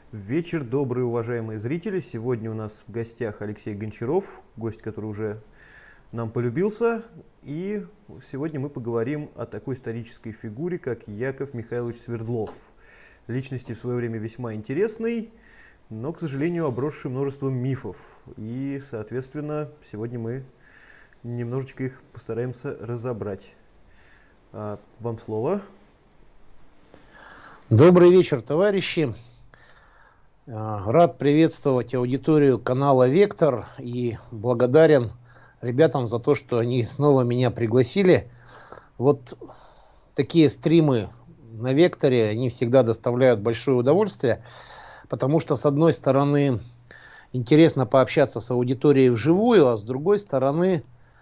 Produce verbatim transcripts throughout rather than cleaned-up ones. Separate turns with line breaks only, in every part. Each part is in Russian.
Вечер добрый, уважаемые зрители. Сегодня у нас в гостях Алексей Гончаров, гость, который уже нам полюбился. И сегодня мы поговорим о такой исторической фигуре, как Яков Михайлович Свердлов. Личности в свое время весьма интересной, но, к сожалению, обросший множеством мифов. И, соответственно, сегодня мы немножечко их постараемся разобрать. А, вам слово.
Добрый вечер, товарищи. Рад приветствовать аудиторию канала «Вектор» и благодарен ребятам за то, что они снова меня пригласили. Вот такие стримы на «Векторе», они всегда доставляют большое удовольствие, потому что, с одной стороны, интересно пообщаться с аудиторией вживую, а с другой стороны,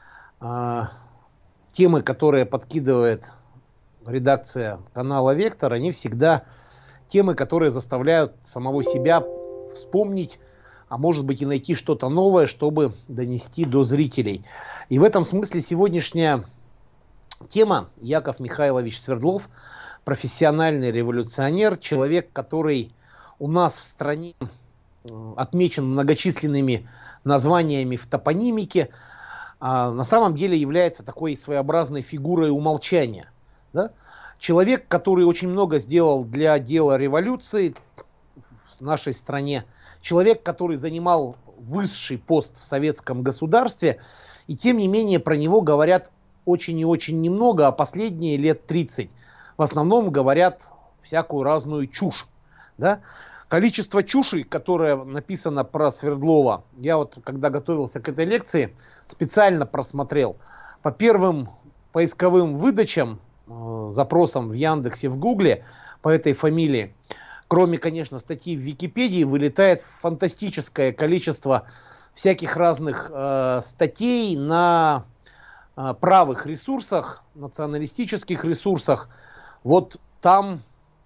темы, которые подкидывает редакция канала «Вектор», они всегда темы, которые заставляют самого себя вспомнить, а может быть и найти что-то новое, чтобы донести до зрителей. И в этом смысле сегодняшняя тема: Яков Михайлович Свердлов, профессиональный революционер, человек, который у нас в стране отмечен многочисленными названиями в топонимике, а на самом деле является такой своеобразной фигурой умолчания. Да? Человек, который очень много сделал для дела революции в нашей стране. Человек, который занимал высший пост в советском государстве. И тем не менее про него говорят очень и очень немного, а последние лет тридцать в основном говорят всякую разную чушь. Да? Количество чуши, которое написано про Свердлова, я вот когда готовился к этой лекции, специально просмотрел. По первым поисковым выдачам, запросам в Яндексе, в Гугле по этой фамилии, кроме, конечно, статьи в Википедии, вылетает фантастическое количество всяких разных э, статей на э, правых ресурсах, националистических ресурсах. Вот там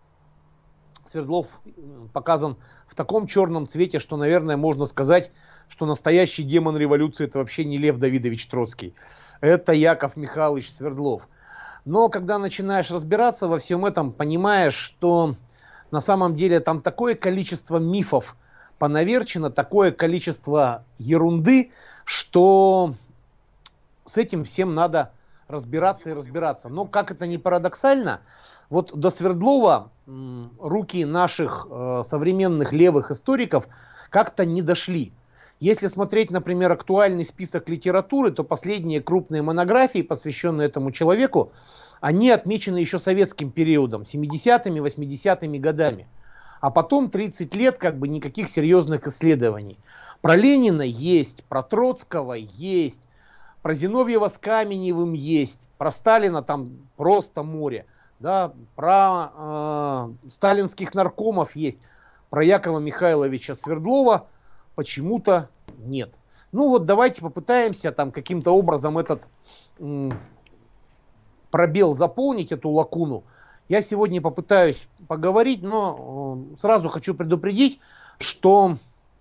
Свердлов показан в таком черном цвете, что, наверное, можно сказать, что настоящий демон революции — это вообще не Лев Давидович Троцкий. Это Яков Михайлович Свердлов. Но когда начинаешь разбираться во всем этом, понимаешь, что на самом деле там такое количество мифов понаверчено, такое количество ерунды, что с этим всем надо разбираться и разбираться. Но, как это ни парадоксально, вот до Свердлова м, руки наших э, современных левых историков как-то не дошли. Если смотреть, например, актуальный список литературы, то последние крупные монографии, посвященные этому человеку, они отмечены еще советским периодом, семидесятыми, восьмидесятыми годами. А потом тридцать лет как бы никаких серьезных исследований. Про Ленина есть, про Троцкого есть, про Зиновьева с Каменевым есть, про Сталина там просто море, да, про э, сталинских наркомов есть, про Якова Михайловича Свердлова почему-то нет. Ну вот давайте попытаемся там каким-то образом этот м, пробел заполнить, эту лакуну. Я сегодня попытаюсь поговорить, но э, сразу хочу предупредить, что,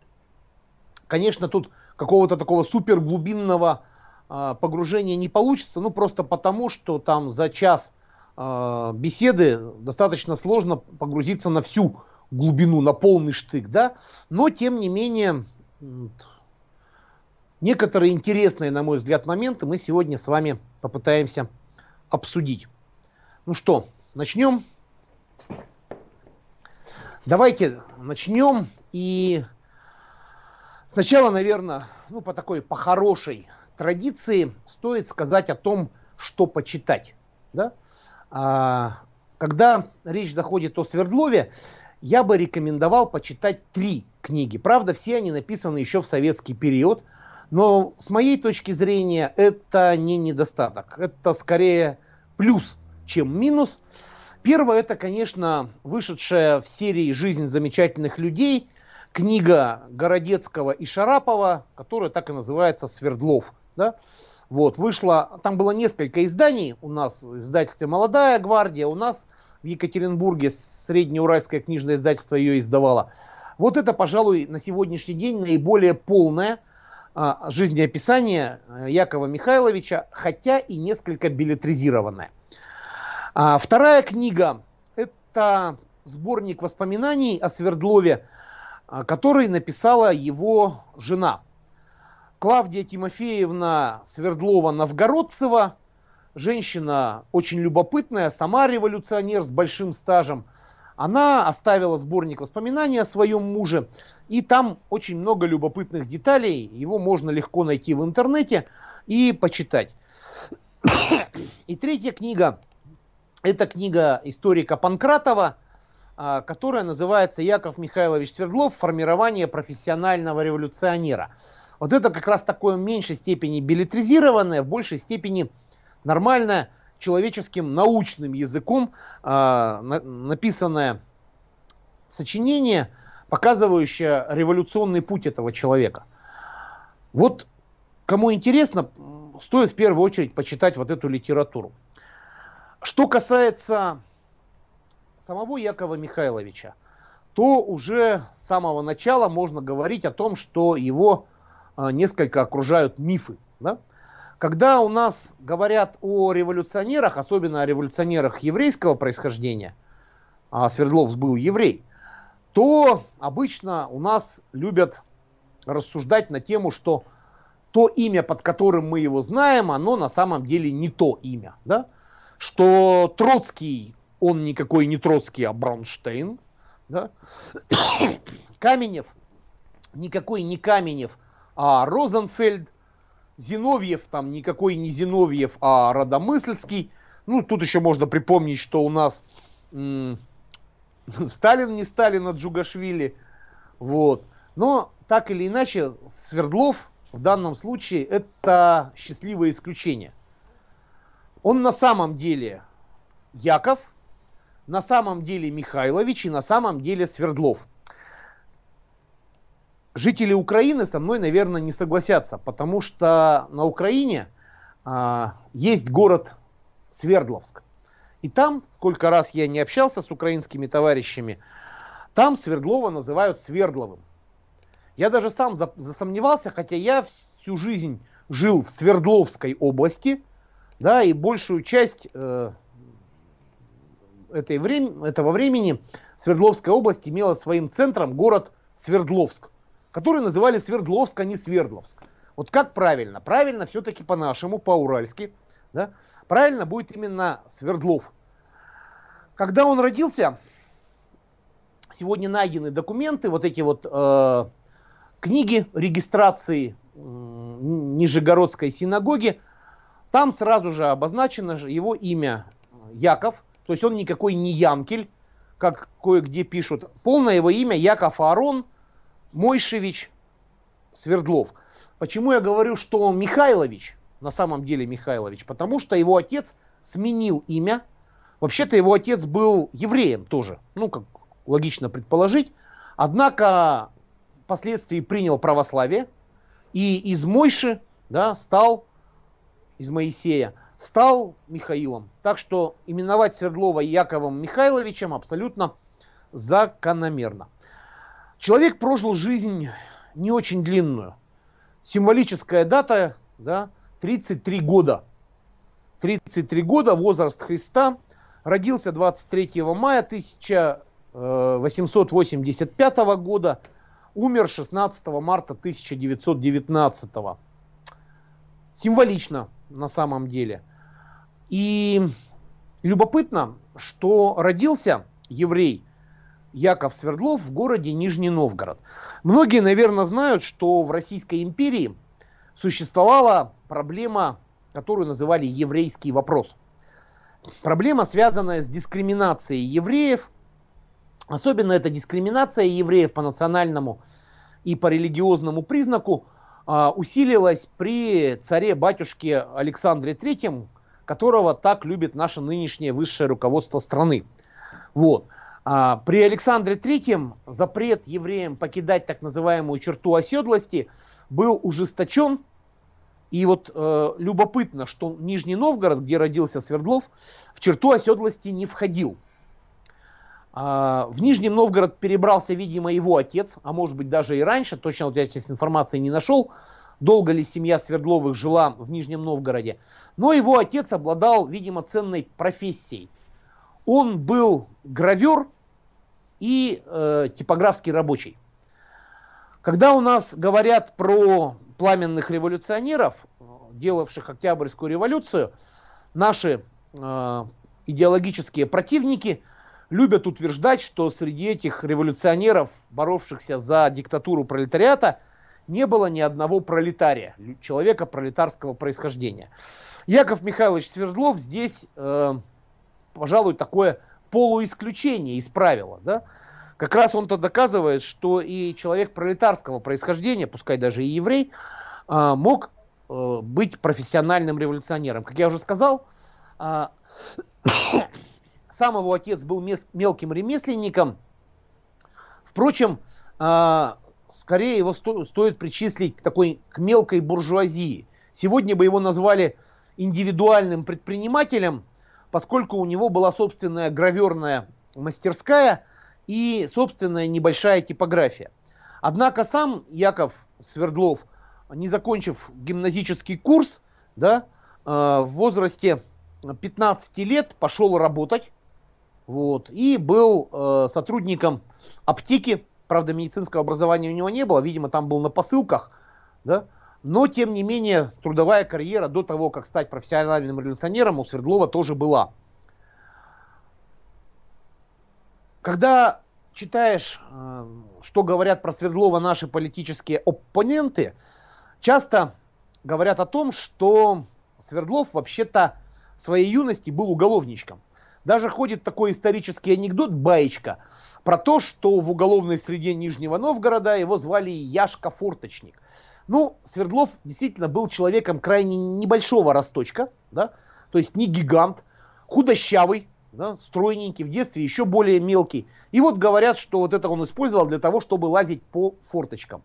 конечно, тут какого-то такого суперглубинного э, погружения не получится, ну просто потому, что там за час э, беседы достаточно сложно погрузиться на всю глубину, на полный штык, да, но тем не менее некоторые интересные, на мой взгляд, моменты мы сегодня с вами попытаемся обсудить. Ну что, начнем? Давайте начнем. И сначала, наверное, ну по такой, по хорошей традиции стоит сказать о том, что почитать, да? А, когда речь заходит о Свердлове, я бы рекомендовал почитать три книги. Правда, все они написаны еще в советский период, но с моей точки зрения это не недостаток. Это скорее плюс, чем минус. Первое — это, конечно, вышедшая в серии «Жизнь замечательных людей» книга Городецкого и Шарапова, которая так и называется «Свердлов». Да? Вот, вышла, там было несколько изданий у нас в издательстве «Молодая гвардия», у нас в Екатеринбурге Среднеуральское книжное издательство ее издавало. Вот это, пожалуй, на сегодняшний день наиболее полное а, жизнеописание Якова Михайловича, хотя и несколько беллетризированное. А, вторая книга — это сборник воспоминаний о Свердлове, который написала его жена. Клавдия Тимофеевна Свердлова-Новгородцева, женщина очень любопытная, сама революционер с большим стажем. Она оставила сборник воспоминаний о своем муже, и там очень много любопытных деталей, его можно легко найти в интернете и почитать. И третья книга, это книга историка Панкратова, которая называется «Яков Михайлович Свердлов. Формирование профессионального революционера». Вот это как раз такое в меньшей степени беллетризированное, в большей степени нормальное, человеческим научным языком э, на, написанное сочинение, показывающее революционный путь этого человека. Вот кому интересно, стоит в первую очередь почитать вот эту литературу. Что касается самого Якова Михайловича, то уже с самого начала можно говорить о том, что его э, несколько окружают мифы. Да? Когда у нас говорят о революционерах, особенно о революционерах еврейского происхождения, а Свердлов был еврей, то обычно у нас любят рассуждать на тему, что то имя, под которым мы его знаем, оно на самом деле не то имя. Да? Что Троцкий, он никакой не Троцкий, а Бронштейн. Да? Каменев, никакой не Каменев, а Розенфельд. Зиновьев, там никакой не Зиновьев, а Родомысльский. Ну, тут еще можно припомнить, что у нас м- Сталин не Сталин, а Джугашвили. Вот. Но так или иначе, Свердлов в данном случае это счастливое исключение. Он на самом деле Яков, на самом деле Михайлович и на самом деле Свердлов. Жители Украины со мной, наверное, не согласятся, потому что на Украине а, есть город Свердловск. И там, сколько раз я не общался с украинскими товарищами, там Свердлова называют Свердловым. Я даже сам за, засомневался, хотя я всю жизнь жил в Свердловской области, да, и большую часть э, этой врем- этого времени Свердловская область имела своим центром город Свердловск, который называли Свердловск, а не Свердловск. Вот как правильно? Правильно все-таки по-нашему, по-уральски. Да? Правильно будет именно Свердлов. Когда он родился, сегодня найдены документы, вот эти вот э, книги регистрации э, Нижегородской синагоги. Там сразу же обозначено его имя Яков. То есть он никакой не Янкель, как кое-где пишут. Полное его имя Яков Аарон Мойшевич Свердлов. Почему я говорю, что Михайлович, на самом деле Михайлович? Потому что его отец сменил имя. Вообще-то его отец был евреем тоже, ну, как логично предположить. Однако впоследствии принял православие и из Мойши, да, стал, из Моисея, стал Михаилом. Так что именовать Свердлова Яковом Михайловичем абсолютно закономерно. Человек прожил жизнь не очень длинную. Символическая дата, да, тридцать три года. тридцать три года, возраст Христа. Родился двадцать третьего мая тысяча восемьсот восемьдесят пятого года. Умер шестнадцатого марта тысяча девятьсот девятнадцатого. Символично на самом деле. И любопытно, что родился еврей Яков Свердлов в городе Нижний Новгород. Многие, наверное, знают, что в Российской империи существовала проблема, которую называли еврейский вопрос. Проблема, связанная с дискриминацией евреев. Особенно эта дискриминация евреев по национальному и по религиозному признаку усилилась при царе-батюшке Александре Третьем, которого так любит наше нынешнее высшее руководство страны. Вот. А при Александре Третьем запрет евреям покидать так называемую черту оседлости был ужесточен. И вот э, любопытно, что Нижний Новгород, где родился Свердлов, в черту оседлости не входил. А, в Нижний Новгород перебрался, видимо, его отец, а может быть даже и раньше, точно вот я сейчас информации не нашел, долго ли семья Свердловых жила в Нижнем Новгороде. Но его отец обладал, видимо, ценной профессией. Он был гравер и э, типографский рабочий. Когда у нас говорят про пламенных революционеров, делавших Октябрьскую революцию, наши э, идеологические противники любят утверждать, что среди этих революционеров, боровшихся за диктатуру пролетариата, не было ни одного пролетария, человека пролетарского происхождения. Яков Михайлович Свердлов здесь, э, пожалуй, такое полуисключение из правила. Да? Как раз он-то доказывает, что и человек пролетарского происхождения, пускай даже и еврей, э, мог э, быть профессиональным революционером. Как я уже сказал, э, сам его отец был мелким ремесленником. Впрочем, э, скорее его сто, стоит причислить к такой к мелкой буржуазии. Сегодня бы его назвали индивидуальным предпринимателем, поскольку у него была собственная граверная мастерская и собственная небольшая типография. Однако сам Яков Свердлов, не закончив гимназический курс, да, э, в возрасте пятнадцати лет пошел работать, вот, и был э, сотрудником аптеки. Правда, медицинского образования у него не было, видимо, там был на посылках, да? Но, тем не менее, трудовая карьера до того, как стать профессиональным революционером, у Свердлова тоже была. Когда читаешь, что говорят про Свердлова наши политические оппоненты, часто говорят о том, что Свердлов вообще-то в своей юности был уголовничком. Даже ходит такой исторический анекдот, баечка, про то, что в уголовной среде Нижнего Новгорода его звали Яшка-форточник. Ну, Свердлов действительно был человеком крайне небольшого росточка, да, то есть не гигант, худощавый, да, стройненький, в детстве еще более мелкий. И вот говорят, что вот это он использовал для того, чтобы лазить по форточкам.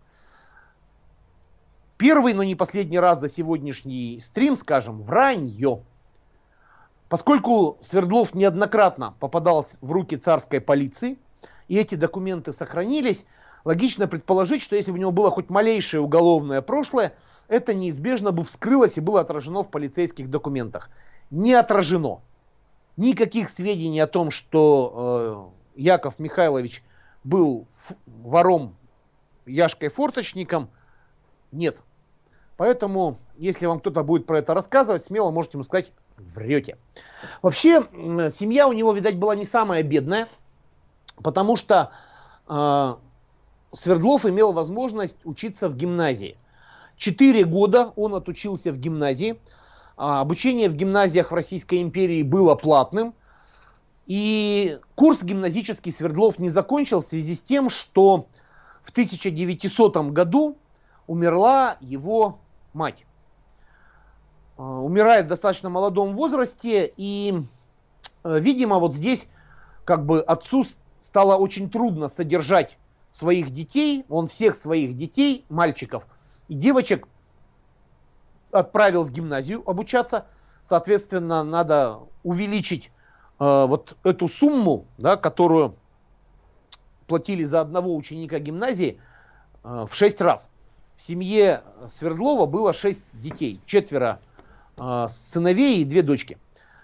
Первый, но не последний раз за сегодняшний стрим, скажем, вранье. Поскольку Свердлов неоднократно попадал в руки царской полиции, и эти документы сохранились, логично предположить, что если бы у него было хоть малейшее уголовное прошлое, это неизбежно бы вскрылось и было отражено в полицейских документах. Не отражено. Никаких сведений о том, что э, Яков Михайлович был вором, Яшкой-форточником, нет. Поэтому, если вам кто-то будет про это рассказывать, смело можете ему сказать, врете. Вообще, э, семья у него, видать, была не самая бедная, потому что э, Свердлов имел возможность учиться в гимназии. Четыре года он отучился в гимназии. Обучение в гимназиях в Российской империи было платным. И курс гимназический Свердлов не закончил в связи с тем, что в тысяча девятисотом году умерла его мать. Умирает в достаточно молодом возрасте. И, видимо, вот здесь как бы отцу стало очень трудно содержать своих детей, он всех своих детей, мальчиков и девочек, отправил в гимназию обучаться. Соответственно, надо увеличить э, вот эту сумму, да, которую платили за одного ученика гимназии, э, в шесть раз. В семье Свердлова было шесть детей, четверо э, сыновей и две дочки.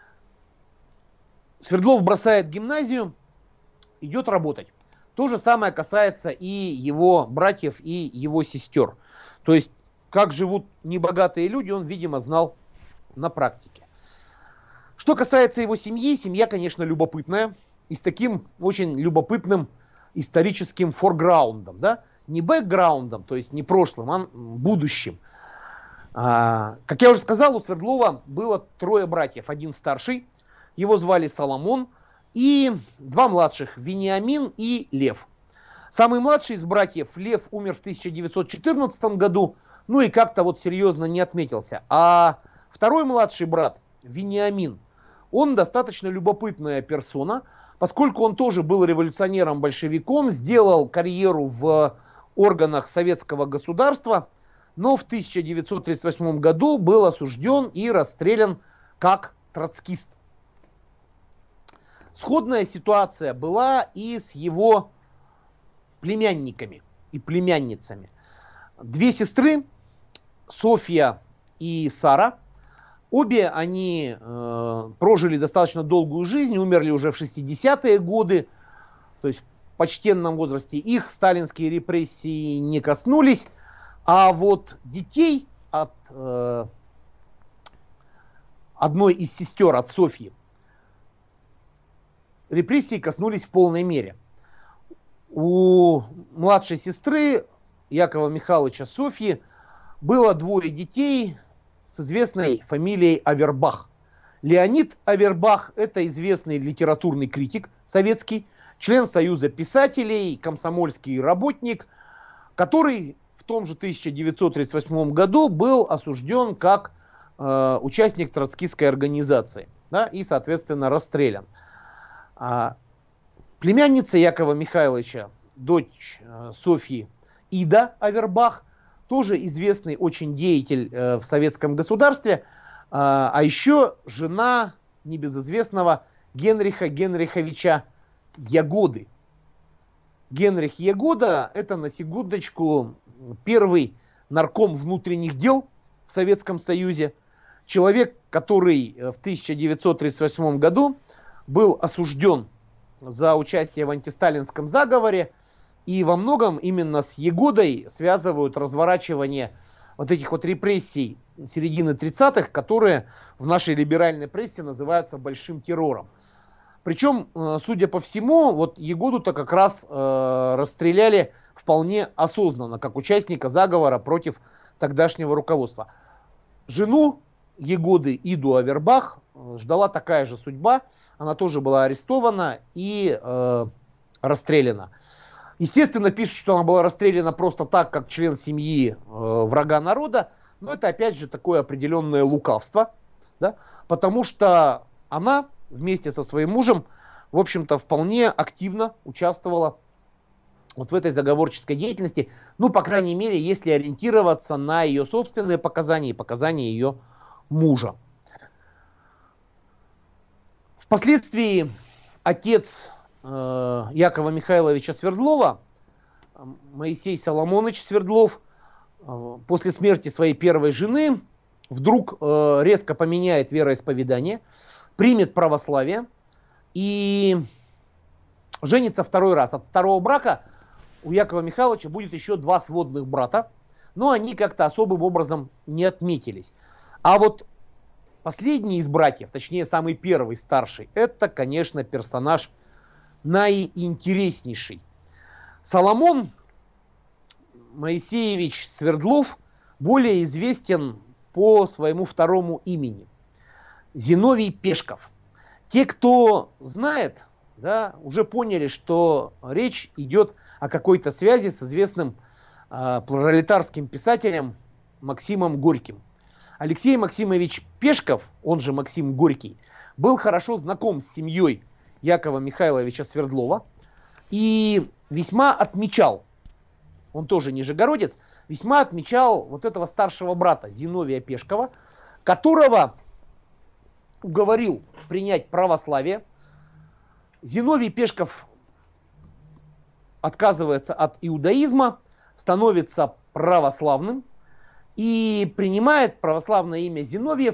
Свердлов бросает гимназию, идет работать. То же самое касается и его братьев, и его сестер. То есть, как живут небогатые люди, он, видимо, знал на практике. Что касается его семьи, семья, конечно, любопытная. И с таким очень любопытным историческим форграундом. Да? Не бэкграундом, то есть не прошлым, а будущим. А, как я уже сказал, у Свердлова было трое братьев. Один старший, его звали Соломон. И два младших, Вениамин и Лев. Самый младший из братьев, Лев, умер в тысяча девятьсот четырнадцатом году, ну и как-то вот серьезно не отметился. А второй младший брат, Вениамин, он достаточно любопытная персона, поскольку он тоже был революционером-большевиком, сделал карьеру в органах советского государства, но в тысяча девятьсот тридцать восьмом году был осужден и расстрелян как троцкист. Сходная ситуация была и с его племянниками и племянницами. Две сестры, Софья и Сара, обе они э, прожили достаточно долгую жизнь, умерли уже в шестидесятые годы. То есть почтенном возрасте, их сталинские репрессии не коснулись, а вот детей от э, одной из сестер, от Софьи, репрессии коснулись в полной мере. У младшей сестры Якова Михайловича Софьи было двое детей с известной фамилией Авербах. Леонид Авербах – это известный литературный критик советский, член Союза писателей, комсомольский работник, который в том же тысяча девятьсот тридцать восьмом году был осужден как э, участник троцкистской организации, да, и, соответственно, расстрелян. А племянница Якова Михайловича, дочь э, Софьи Ида Авербах, тоже известный очень деятель э, в советском государстве, э, а еще жена небезызвестного Генриха Генриховича Ягоды. Генрих Ягода – это, на секундочку, первый нарком внутренних дел в Советском Союзе. Человек, который в тысяча девятьсот тридцать восьмом году был осужден за участие в антисталинском заговоре. И во многом именно с Ягодой связывают разворачивание вот этих вот репрессий середины тридцатых, которые в нашей либеральной прессе называются большим террором. Причем, судя по всему, вот Ягоду-то как раз э, расстреляли вполне осознанно, как участника заговора против тогдашнего руководства. Жену Ягоды, Иду Авербах, ждала такая же судьба. Она тоже была арестована и э, расстреляна. Естественно, пишут, что она была расстреляна просто так, как член семьи э, врага народа. Но это, опять же, такое определенное лукавство. Да? Потому что она вместе со своим мужем, в общем-то, вполне активно участвовала вот в этой заговорческой деятельности. Ну, по крайней мере, если ориентироваться на ее собственные показания и показания ее мужа. Впоследствии отец э, Якова Михайловича Свердлова, Моисей Соломонович Свердлов, э, после смерти своей первой жены вдруг э, резко поменяет вероисповедание, примет православие и женится второй раз. От второго брака у Якова Михайловича будет еще два сводных брата, но они как-то особым образом не отметились. А вот последний из братьев, точнее самый первый, старший, это, конечно, персонаж наиинтереснейший. Соломон Моисеевич Свердлов более известен по своему второму имени – Зиновий Пешков. Те, кто знает, да, уже поняли, что речь идет о какой-то связи с известным э, пролетарским писателем Максимом Горьким. Алексей Максимович Пешков, он же Максим Горький, был хорошо знаком с семьей Якова Михайловича Свердлова и весьма отмечал, он тоже нижегородец, весьма отмечал вот этого старшего брата Зиновия Пешкова, которого уговорил принять православие. Зиновий Пешков отказывается от иудаизма, становится православным и принимает православное имя Зиновьев.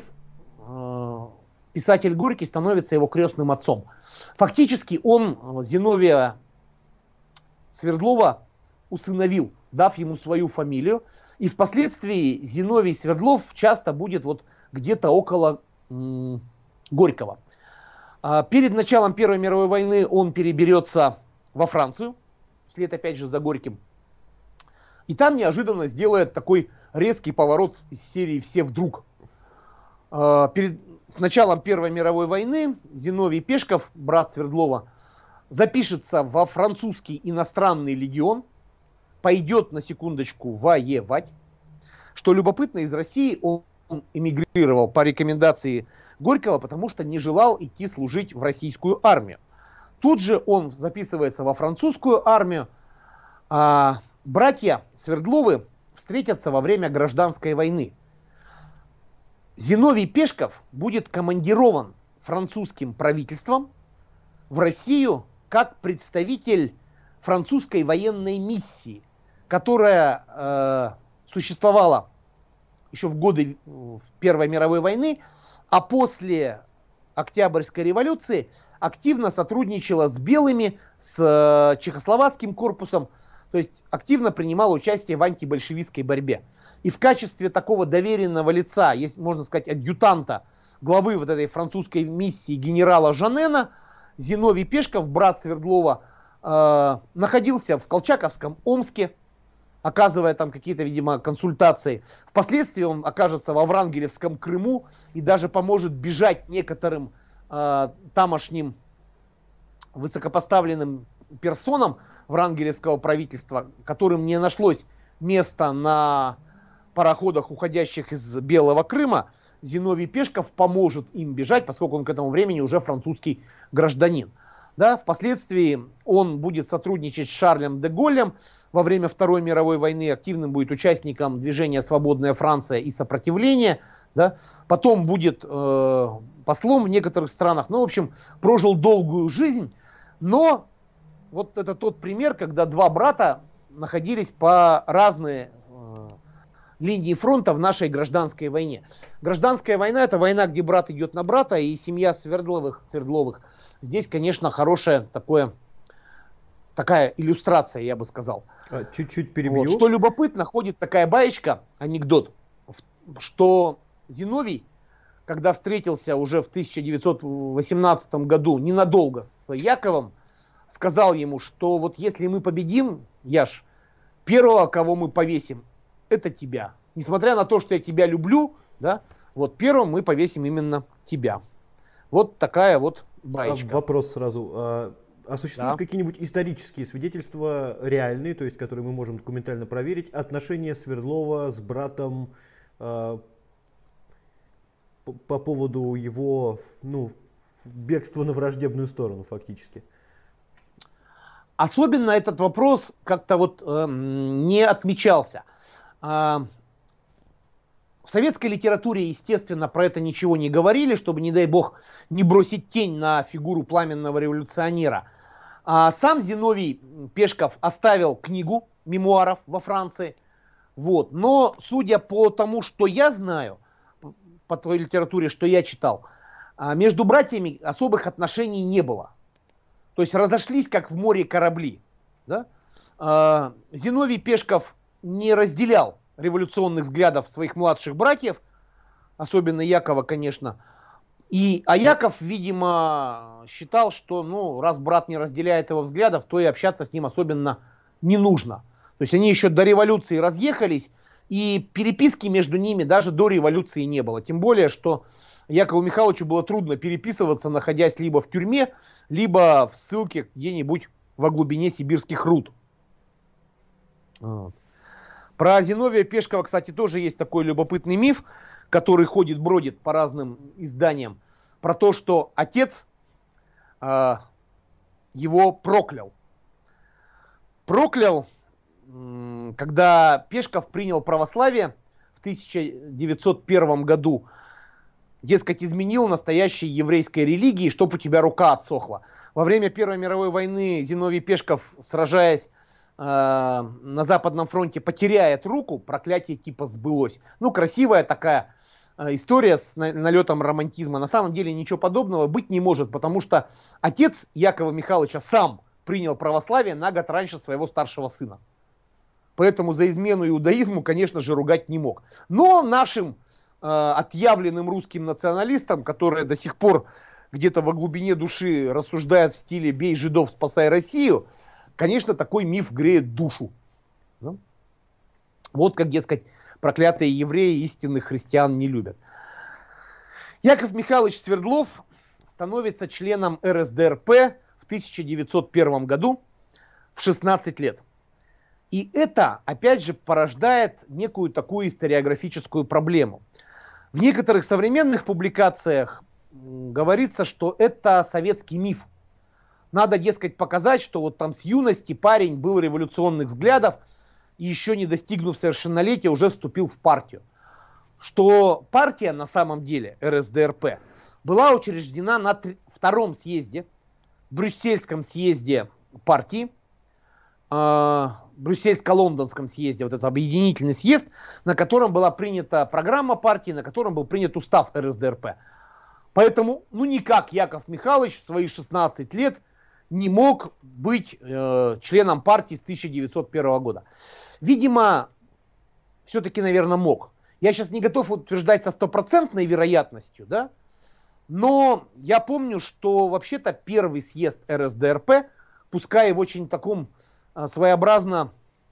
Писатель Горький становится его крестным отцом. Фактически он Зиновия Свердлова усыновил, дав ему свою фамилию. И впоследствии Зиновий Свердлов часто будет вот где-то около м- Горького. А перед началом Первой мировой войны он переберется во Францию, вслед опять же за Горьким. И там неожиданно сделает такой резкий поворот из серии «Все вдруг». А перед с началом Первой мировой войны Зиновий Пешков, брат Свердлова, запишется во французский иностранный легион, пойдет на секундочку воевать. Что любопытно, из России он эмигрировал по рекомендации Горького, потому что не желал идти служить в российскую армию. Тут же он записывается во французскую армию. А братья Свердловы встретятся во время гражданской войны. Зиновий Пешков будет командирован французским правительством в Россию как представитель французской военной миссии, которая э, существовала еще в годы Первой мировой войны, а после Октябрьской революции активно сотрудничала с белыми, с э, чехословацким корпусом, то есть активно принимала участие в антибольшевистской борьбе. И в качестве такого доверенного лица, есть, можно сказать, адъютанта главы вот этой французской миссии генерала Жанена, Зиновий Пешков, брат Свердлова, э, находился в Колчаковском Омске, оказывая там какие-то, видимо, консультации. Впоследствии он окажется во Врангелевском Крыму и даже поможет бежать некоторым э, тамошним высокопоставленным персонам врангелевского правительства, которым не нашлось места на пароходах, уходящих из Белого Крыма. Зиновий Пешков поможет им бежать, поскольку он к этому времени уже французский гражданин. Да, впоследствии он будет сотрудничать с Шарлем де Голлем. Во время Второй мировой войны активным будет участником движения «Свободная Франция» и «Сопротивление». Да. Потом будет э, послом в некоторых странах. Ну, в общем, прожил долгую жизнь. Но вот это тот пример, когда два брата находились по разные э, линии фронта в нашей гражданской войне. Гражданская война — это война, где брат идет на брата, и семья Свердловых, Свердловых здесь, конечно, хорошая такое, такая иллюстрация, я бы сказал.
А, чуть-чуть перебью.
Вот. Что любопытно, ходит такая баечка, анекдот, что Зиновий, когда встретился уже в тысяча девятьсот восемнадцатом году ненадолго с Яковом, сказал ему, что вот если мы победим, Яш, первого, кого мы повесим, это тебя. Несмотря на то, что я тебя люблю, да, вот первым мы повесим именно тебя. Вот такая вот баечка.
А вопрос сразу. А, а существуют да. какие-нибудь исторические свидетельства реальные, то есть которые мы можем документально проверить, отношения Свердлова с братом а, по, по поводу его, ну, бегства на враждебную сторону фактически?
Особенно этот вопрос как-то вот э, не отмечался. В советской литературе, естественно, про это ничего не говорили, чтобы, не дай бог, не бросить тень на фигуру пламенного революционера. А сам Зиновий Пешков оставил книгу мемуаров во Франции. Вот. Но, судя по тому, что я знаю, по той литературе, что я читал, между братьями особых отношений не было. То есть разошлись, как в море корабли. Да? Зиновий Пешков не разделял революционных взглядов своих младших братьев, особенно Якова, конечно. И, а Яков, видимо, считал, что ну, раз брат не разделяет его взглядов, то и общаться с ним особенно не нужно. То есть они еще до революции разъехались, и переписки между ними даже до революции не было. Тем более, что Якову Михайловичу было трудно переписываться, находясь либо в тюрьме, либо в ссылке где-нибудь во глубине сибирских руд. Вот. Про Зиновия Пешкова, кстати, тоже есть такой любопытный миф, который ходит, бродит по разным изданиям, про то, что отец э, его проклял. Проклял, э, когда Пешков принял православие в тысяча девятьсот первом году, дескать, изменил настоящей еврейской религии, чтоб у тебя рука отсохла. Во время Первой мировой войны Зиновий Пешков, сражаясь на Западном фронте, потеряет руку, проклятие типа сбылось. Ну, красивая такая история с налетом романтизма. На самом деле ничего подобного быть не может, потому что отец Якова Михайловича сам принял православие на год раньше своего старшего сына. Поэтому за измену иудаизму, конечно же, ругать не мог. Но нашим э, отъявленным русским националистам, которые до сих пор где-то во глубине души рассуждают в стиле «бей жидов, спасай Россию», конечно, такой миф греет душу. Да? Вот как, дескать, проклятые евреи истинных христиан не любят. Яков Михайлович Свердлов становится членом эр эс дэ эр пэ в тысяча девятьсот первом году в шестнадцать лет. И это, опять же, порождает некую такую историографическую проблему. В некоторых современных публикациях говорится, что это советский миф. Надо, дескать, показать, что вот там с юности парень был революционных взглядов и еще не достигнув совершеннолетия уже вступил в партию. Что партия на самом деле, эр эс дэ эр пэ, была учреждена на втором съезде, Брюссельском съезде партии, э, Брюссельско-Лондонском съезде, вот этот объединительный съезд, на котором была принята программа партии, на котором был принят устав эр эс дэ эр пэ. Поэтому, ну никак Яков Михайлович в свои шестнадцать лет не мог быть э, членом партии с тысяча девятьсот первого года. Видимо, все-таки, наверное, мог. Я сейчас не готов утверждать со стопроцентной вероятностью, да, но я помню, что вообще-то первый съезд эр эс дэ эр пэ, пускай в очень таком э, своеобразно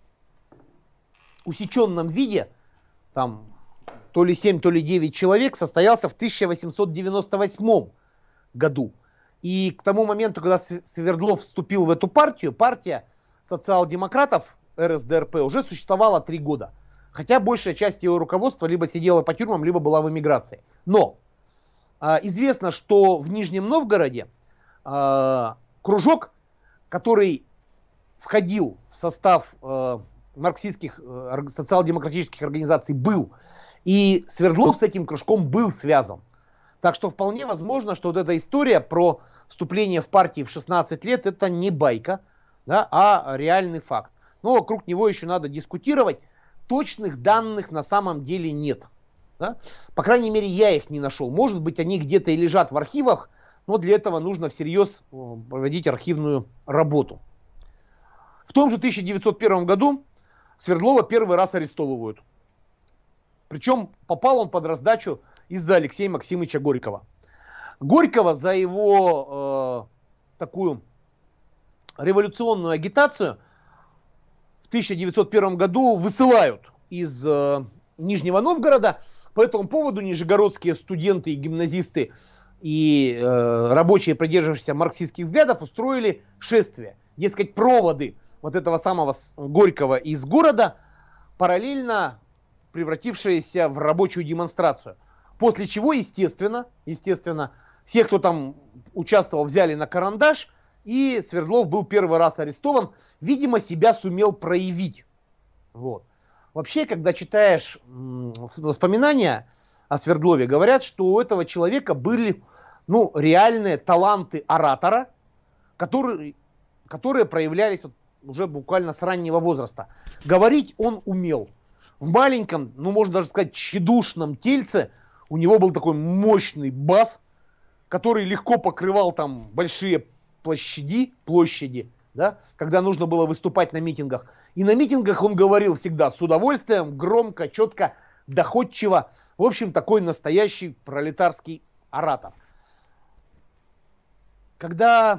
усеченном виде, там то ли семь, то ли девять человек, состоялся в тысяча восемьсот девяносто восьмом году. И к тому моменту, когда Свердлов вступил в эту партию, партия социал-демократов эр эс дэ эр пэ уже существовала три года. Хотя большая часть его руководства либо сидела по тюрьмам, либо была в эмиграции. Но э, известно, что в Нижнем Новгороде э, кружок, который входил в состав э, марксистских э, социал-демократических организаций, был. И Свердлов с этим кружком был связан. Так что вполне возможно, что вот эта история про вступление в партию в шестнадцать лет, это не байка, да, а реальный факт. Но вокруг него еще надо дискутировать. Точных данных на самом деле нет. Да? По крайней мере, я их не нашел. Может быть, они где-то и лежат в архивах, но для этого нужно всерьез проводить архивную работу. В том же тысяча девятьсот первом году Свердлова первый раз арестовывают. Причем попал он под раздачу из-за Алексея Максимовича Горького. Горького за его э, такую революционную агитацию в тысяча девятьсот первом году высылают из э, Нижнего Новгорода. По этому поводу нижегородские студенты и гимназисты и э, рабочие, придерживающиеся марксистских взглядов, устроили шествие. Дескать, проводы вот этого самого Горького из города параллельно превратившиеся в рабочую демонстрацию. После чего, естественно, естественно, все, кто там участвовал, взяли на карандаш, и Свердлов был первый раз арестован. Видимо, себя сумел проявить. Вот. Вообще, когда читаешь воспоминания о Свердлове, говорят, что у этого человека были, ну, реальные таланты оратора, которые, которые проявлялись вот уже буквально с раннего возраста. Говорить он умел. В маленьком, ну, можно даже сказать, тщедушном тельце у него был такой мощный бас, который легко покрывал там большие площади, площади, да, когда нужно было выступать на митингах. И на митингах он говорил всегда с удовольствием, громко, четко, доходчиво. В общем, такой настоящий пролетарский оратор. Когда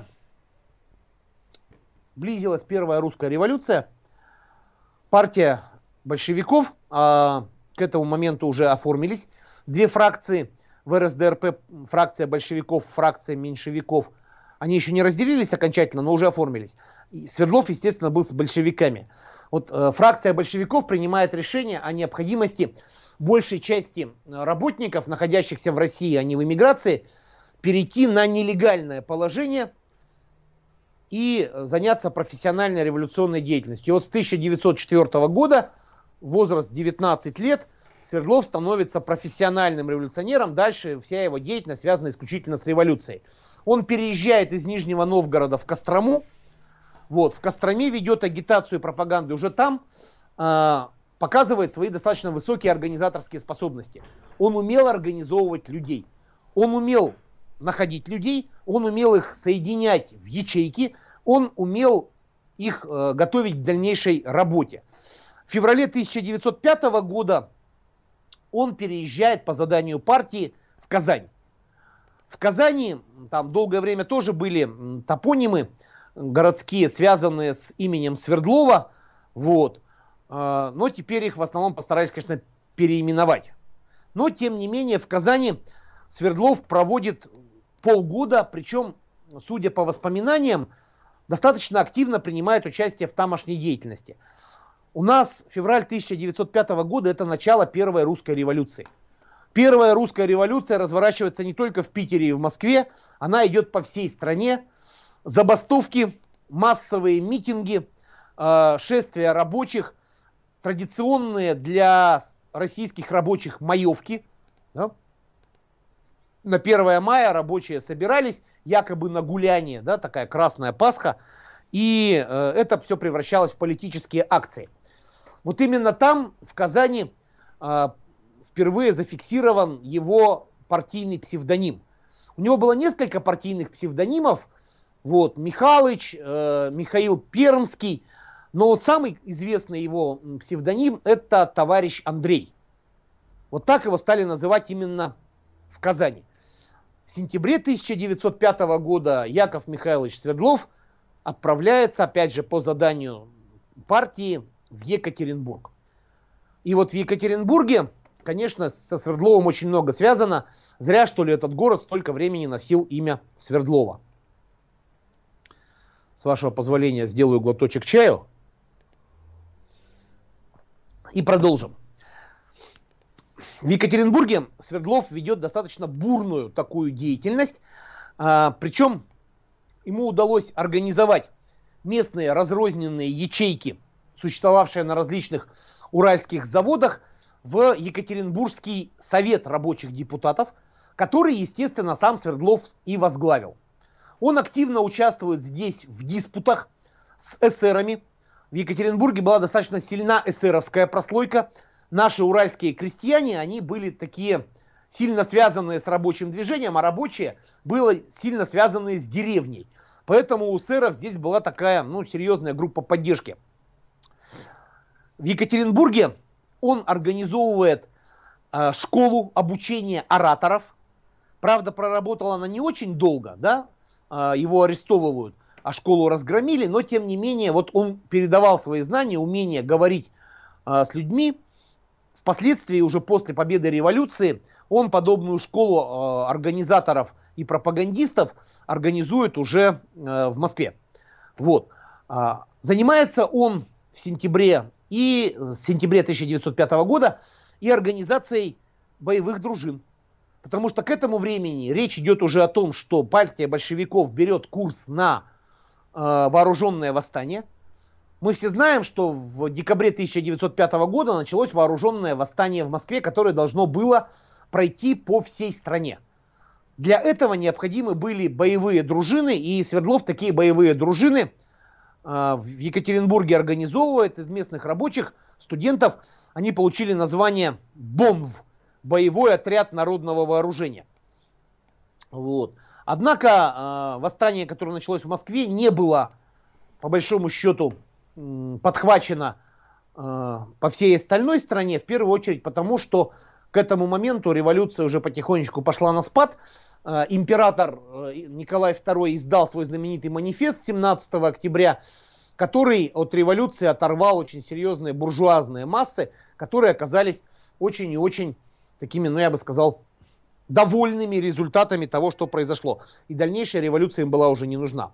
близилась первая русская революция, партия большевиков, а к этому моменту уже оформились две фракции в эр эс дэ эр пэ, фракция большевиков, фракция меньшевиков. Они еще не разделились окончательно, но уже оформились. И Свердлов, естественно, был с большевиками. Вот э, фракция большевиков принимает решение о необходимости большей части работников, находящихся в России, а не в эмиграции, перейти на нелегальное положение и заняться профессиональной революционной деятельностью. И вот с тысяча девятьсот четвёртого года, возраст девятнадцать лет, Свердлов становится профессиональным революционером. Дальше вся его деятельность связана исключительно с революцией. Он переезжает из Нижнего Новгорода в Кострому. Вот, в Костроме ведет агитацию и пропаганду. Уже там э, показывает свои достаточно высокие организаторские способности. Он умел организовывать людей. Он умел находить людей. Он умел их соединять в ячейки. Он умел их э, готовить к дальнейшей работе. В феврале тысяча девятьсот пятого года он переезжает по заданию партии в Казань. В Казани там долгое время тоже были топонимы городские, связанные с именем Свердлова. Вот. Но теперь их в основном постарались, конечно, переименовать. Но, тем не менее, в Казани Свердлов проводит полгода, причем, судя по воспоминаниям, достаточно активно принимает участие в тамошней деятельности. У нас февраль тысяча девятьсот пятого года – это начало первой русской революции. Первая русская революция разворачивается не только в Питере и в Москве, она идет по всей стране. Забастовки, массовые митинги, э, шествия рабочих, традиционные для российских рабочих маевки. Да? На первое мая рабочие собирались якобы на гуляние, да, такая красная Пасха, и э, это все превращалось в политические акции. Вот именно там, в Казани, э, впервые зафиксирован его партийный псевдоним. У него было несколько партийных псевдонимов. Вот, Михалыч, э, Михаил Пермский. Но вот самый известный его псевдоним – это товарищ Андрей. Вот так его стали называть именно в Казани. В сентябре тысяча девятьсот пятого года Яков Михайлович Свердлов отправляется, опять же, по заданию партии в Екатеринбург. И вот в Екатеринбурге, конечно, со Свердловым очень много связано. Зря, что ли, этот город столько времени носил имя Свердлова. С вашего позволения сделаю глоточек чаю. И продолжим. В Екатеринбурге Свердлов ведет достаточно бурную такую деятельность. А, причем ему удалось организовать местные разрозненные ячейки, существовавшие на различных уральских заводах, в Екатеринбургский совет рабочих депутатов, который, естественно, сам Свердлов и возглавил. Он активно участвует здесь в диспутах с эсерами. В Екатеринбурге была достаточно сильна эсеровская прослойка. Наши уральские крестьяне, они были такие сильно связанные с рабочим движением, а рабочие были сильно связанные с деревней. Поэтому у эсеров здесь была такая, ну, серьезная группа поддержки. В Екатеринбурге он организовывает э, школу обучения ораторов. Правда, проработала она не очень долго, да, э, его арестовывают, а школу разгромили, но тем не менее, вот он передавал свои знания, умение говорить э, с людьми. Впоследствии, уже после победы революции, он подобную школу э, организаторов и пропагандистов организует уже э, в Москве. Вот. А, занимается он в сентябре и в сентябре тысяча девятьсот пятого года и организацией боевых дружин. Потому что к этому времени речь идет уже о том, что партия большевиков берет курс на э, вооруженное восстание. Мы все знаем, что в декабре тысяча девятьсот пятого года началось вооруженное восстание в Москве, которое должно было пройти по всей стране. Для этого необходимы были боевые дружины, и Свердлов такие боевые дружины э, в Екатеринбурге организовывает из местных рабочих, студентов. Они получили название БОМВ, боевой отряд народного вооружения. Вот. Однако э, восстание, которое началось в Москве, не было, по большому счету, подхвачено э, по всей остальной стране, в первую очередь потому, что к этому моменту революция уже потихонечку пошла на спад. Э, император э, Николай второй издал свой знаменитый манифест семнадцатого октября, который от революции оторвал очень серьезные буржуазные массы, которые оказались очень и очень такими, ну я бы сказал, довольными результатами того, что произошло. И дальнейшая революция им была уже не нужна.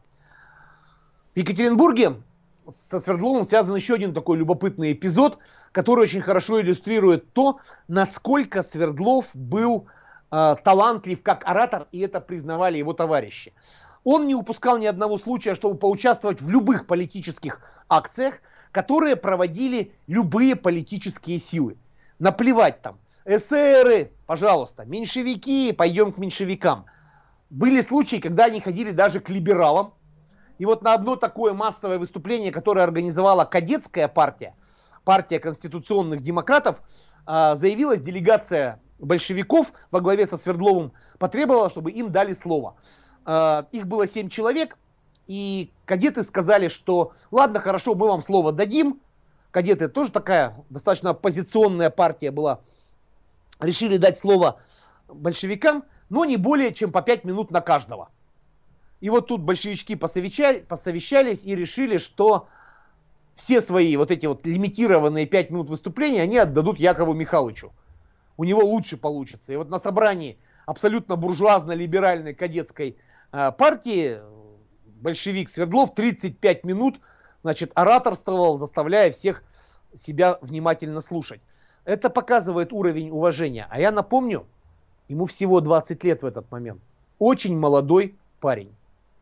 В Екатеринбурге со Свердловым связан еще один такой любопытный эпизод, который очень хорошо иллюстрирует то, насколько Свердлов был э, талантлив как оратор, и это признавали его товарищи. Он не упускал ни одного случая, чтобы поучаствовать в любых политических акциях, которые проводили любые политические силы. Наплевать там. Эсеры, пожалуйста, меньшевики, пойдем к меньшевикам. Были случаи, когда они ходили даже к либералам. И вот на одно такое массовое выступление, которое организовала кадетская партия, партия конституционных демократов, заявилась делегация большевиков во главе со Свердловым, потребовала, чтобы им дали слово. Их было семь человек, и кадеты сказали, что ладно, хорошо, мы вам слово дадим. Кадеты тоже такая достаточно оппозиционная партия была. Решили дать слово большевикам, но не более чем по пять минут на каждого. И вот тут большевички посовещались и решили, что все свои вот эти вот лимитированные пять минут выступления они отдадут Якову Михайловичу. У него лучше получится. И вот на собрании абсолютно буржуазно-либеральной кадетской э, партии большевик Свердлов тридцать пять минут, значит, ораторствовал, заставляя всех себя внимательно слушать. Это показывает уровень уважения. А я напомню, ему всего двадцать лет в этот момент. Очень молодой парень.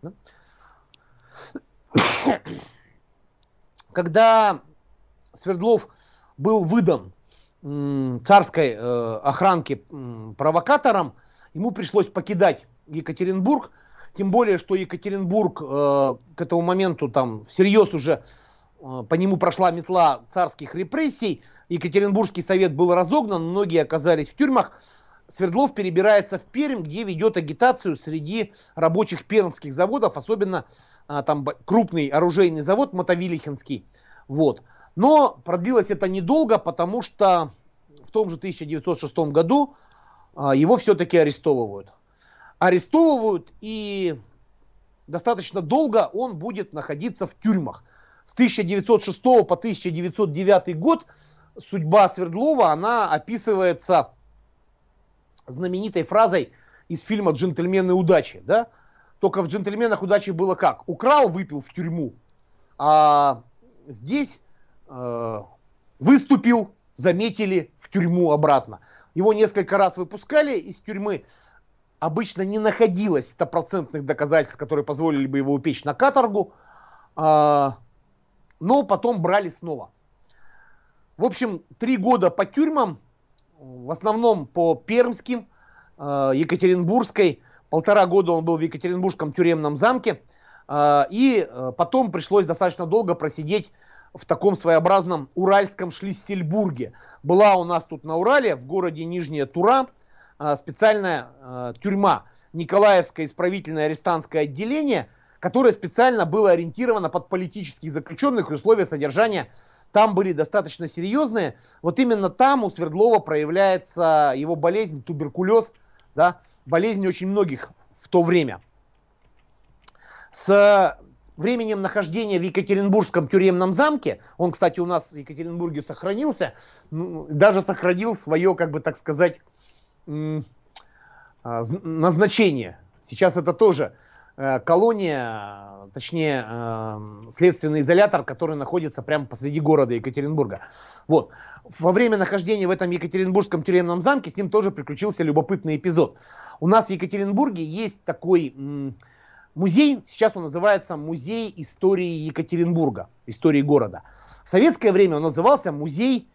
Когда Свердлов был выдан царской э, охранке э, провокатором, ему пришлось покидать Екатеринбург, тем более, что Екатеринбург э, к этому моменту там всерьез уже э, по нему прошла метла царских репрессий, Екатеринбургский совет был разогнан, многие оказались в тюрьмах, Свердлов перебирается в Пермь, где ведет агитацию среди рабочих пермских заводов, особенно а, там крупный оружейный завод Мотовилихинский. Вот. Но продлилось это недолго, потому что в том же тысяча девятьсот шестом году а, его все-таки арестовывают. Арестовывают, и достаточно долго он будет находиться в тюрьмах. С тысяча девятьсот шестого по тысяча девятьсот девятый год судьба Свердлова, она описывается знаменитой фразой из фильма «Джентльмены удачи». Да? Только в «Джентльменах удачи» было как? Украл, выпил в тюрьму. А здесь э, выступил, заметили, в тюрьму обратно. Его несколько раз выпускали из тюрьмы. Обычно не находилось стопроцентных доказательств, которые позволили бы его упечь на каторгу. Э, но потом брали снова. В общем, три года по тюрьмам, в основном по пермским, э, Екатеринбургской. Полтора года он был в Екатеринбургском тюремном замке. Э, и э, потом пришлось достаточно долго просидеть в таком своеобразном уральском Шлиссельбурге. Была у нас тут на Урале, в городе Нижняя Тура, э, специальная э, тюрьма, Николаевское исправительное арестантское отделение, которое специально было ориентировано под политических заключенных, и условия содержания там были достаточно серьезные. Вот именно там у Свердлова проявляется его болезнь, туберкулез, да, болезнь очень многих в то время. С временем нахождения в Екатеринбургском тюремном замке, он, кстати, у нас в Екатеринбурге сохранился, ну, даже сохранил свое, как бы так сказать, назначение. Сейчас это тоже колония, точнее, следственный изолятор, который находится прямо посреди города Екатеринбурга. Вот. Во время нахождения в этом Екатеринбургском тюремном замке с ним тоже приключился любопытный эпизод. У нас в Екатеринбурге есть такой музей, сейчас он называется Музей истории Екатеринбурга, истории города. В советское время он назывался Музей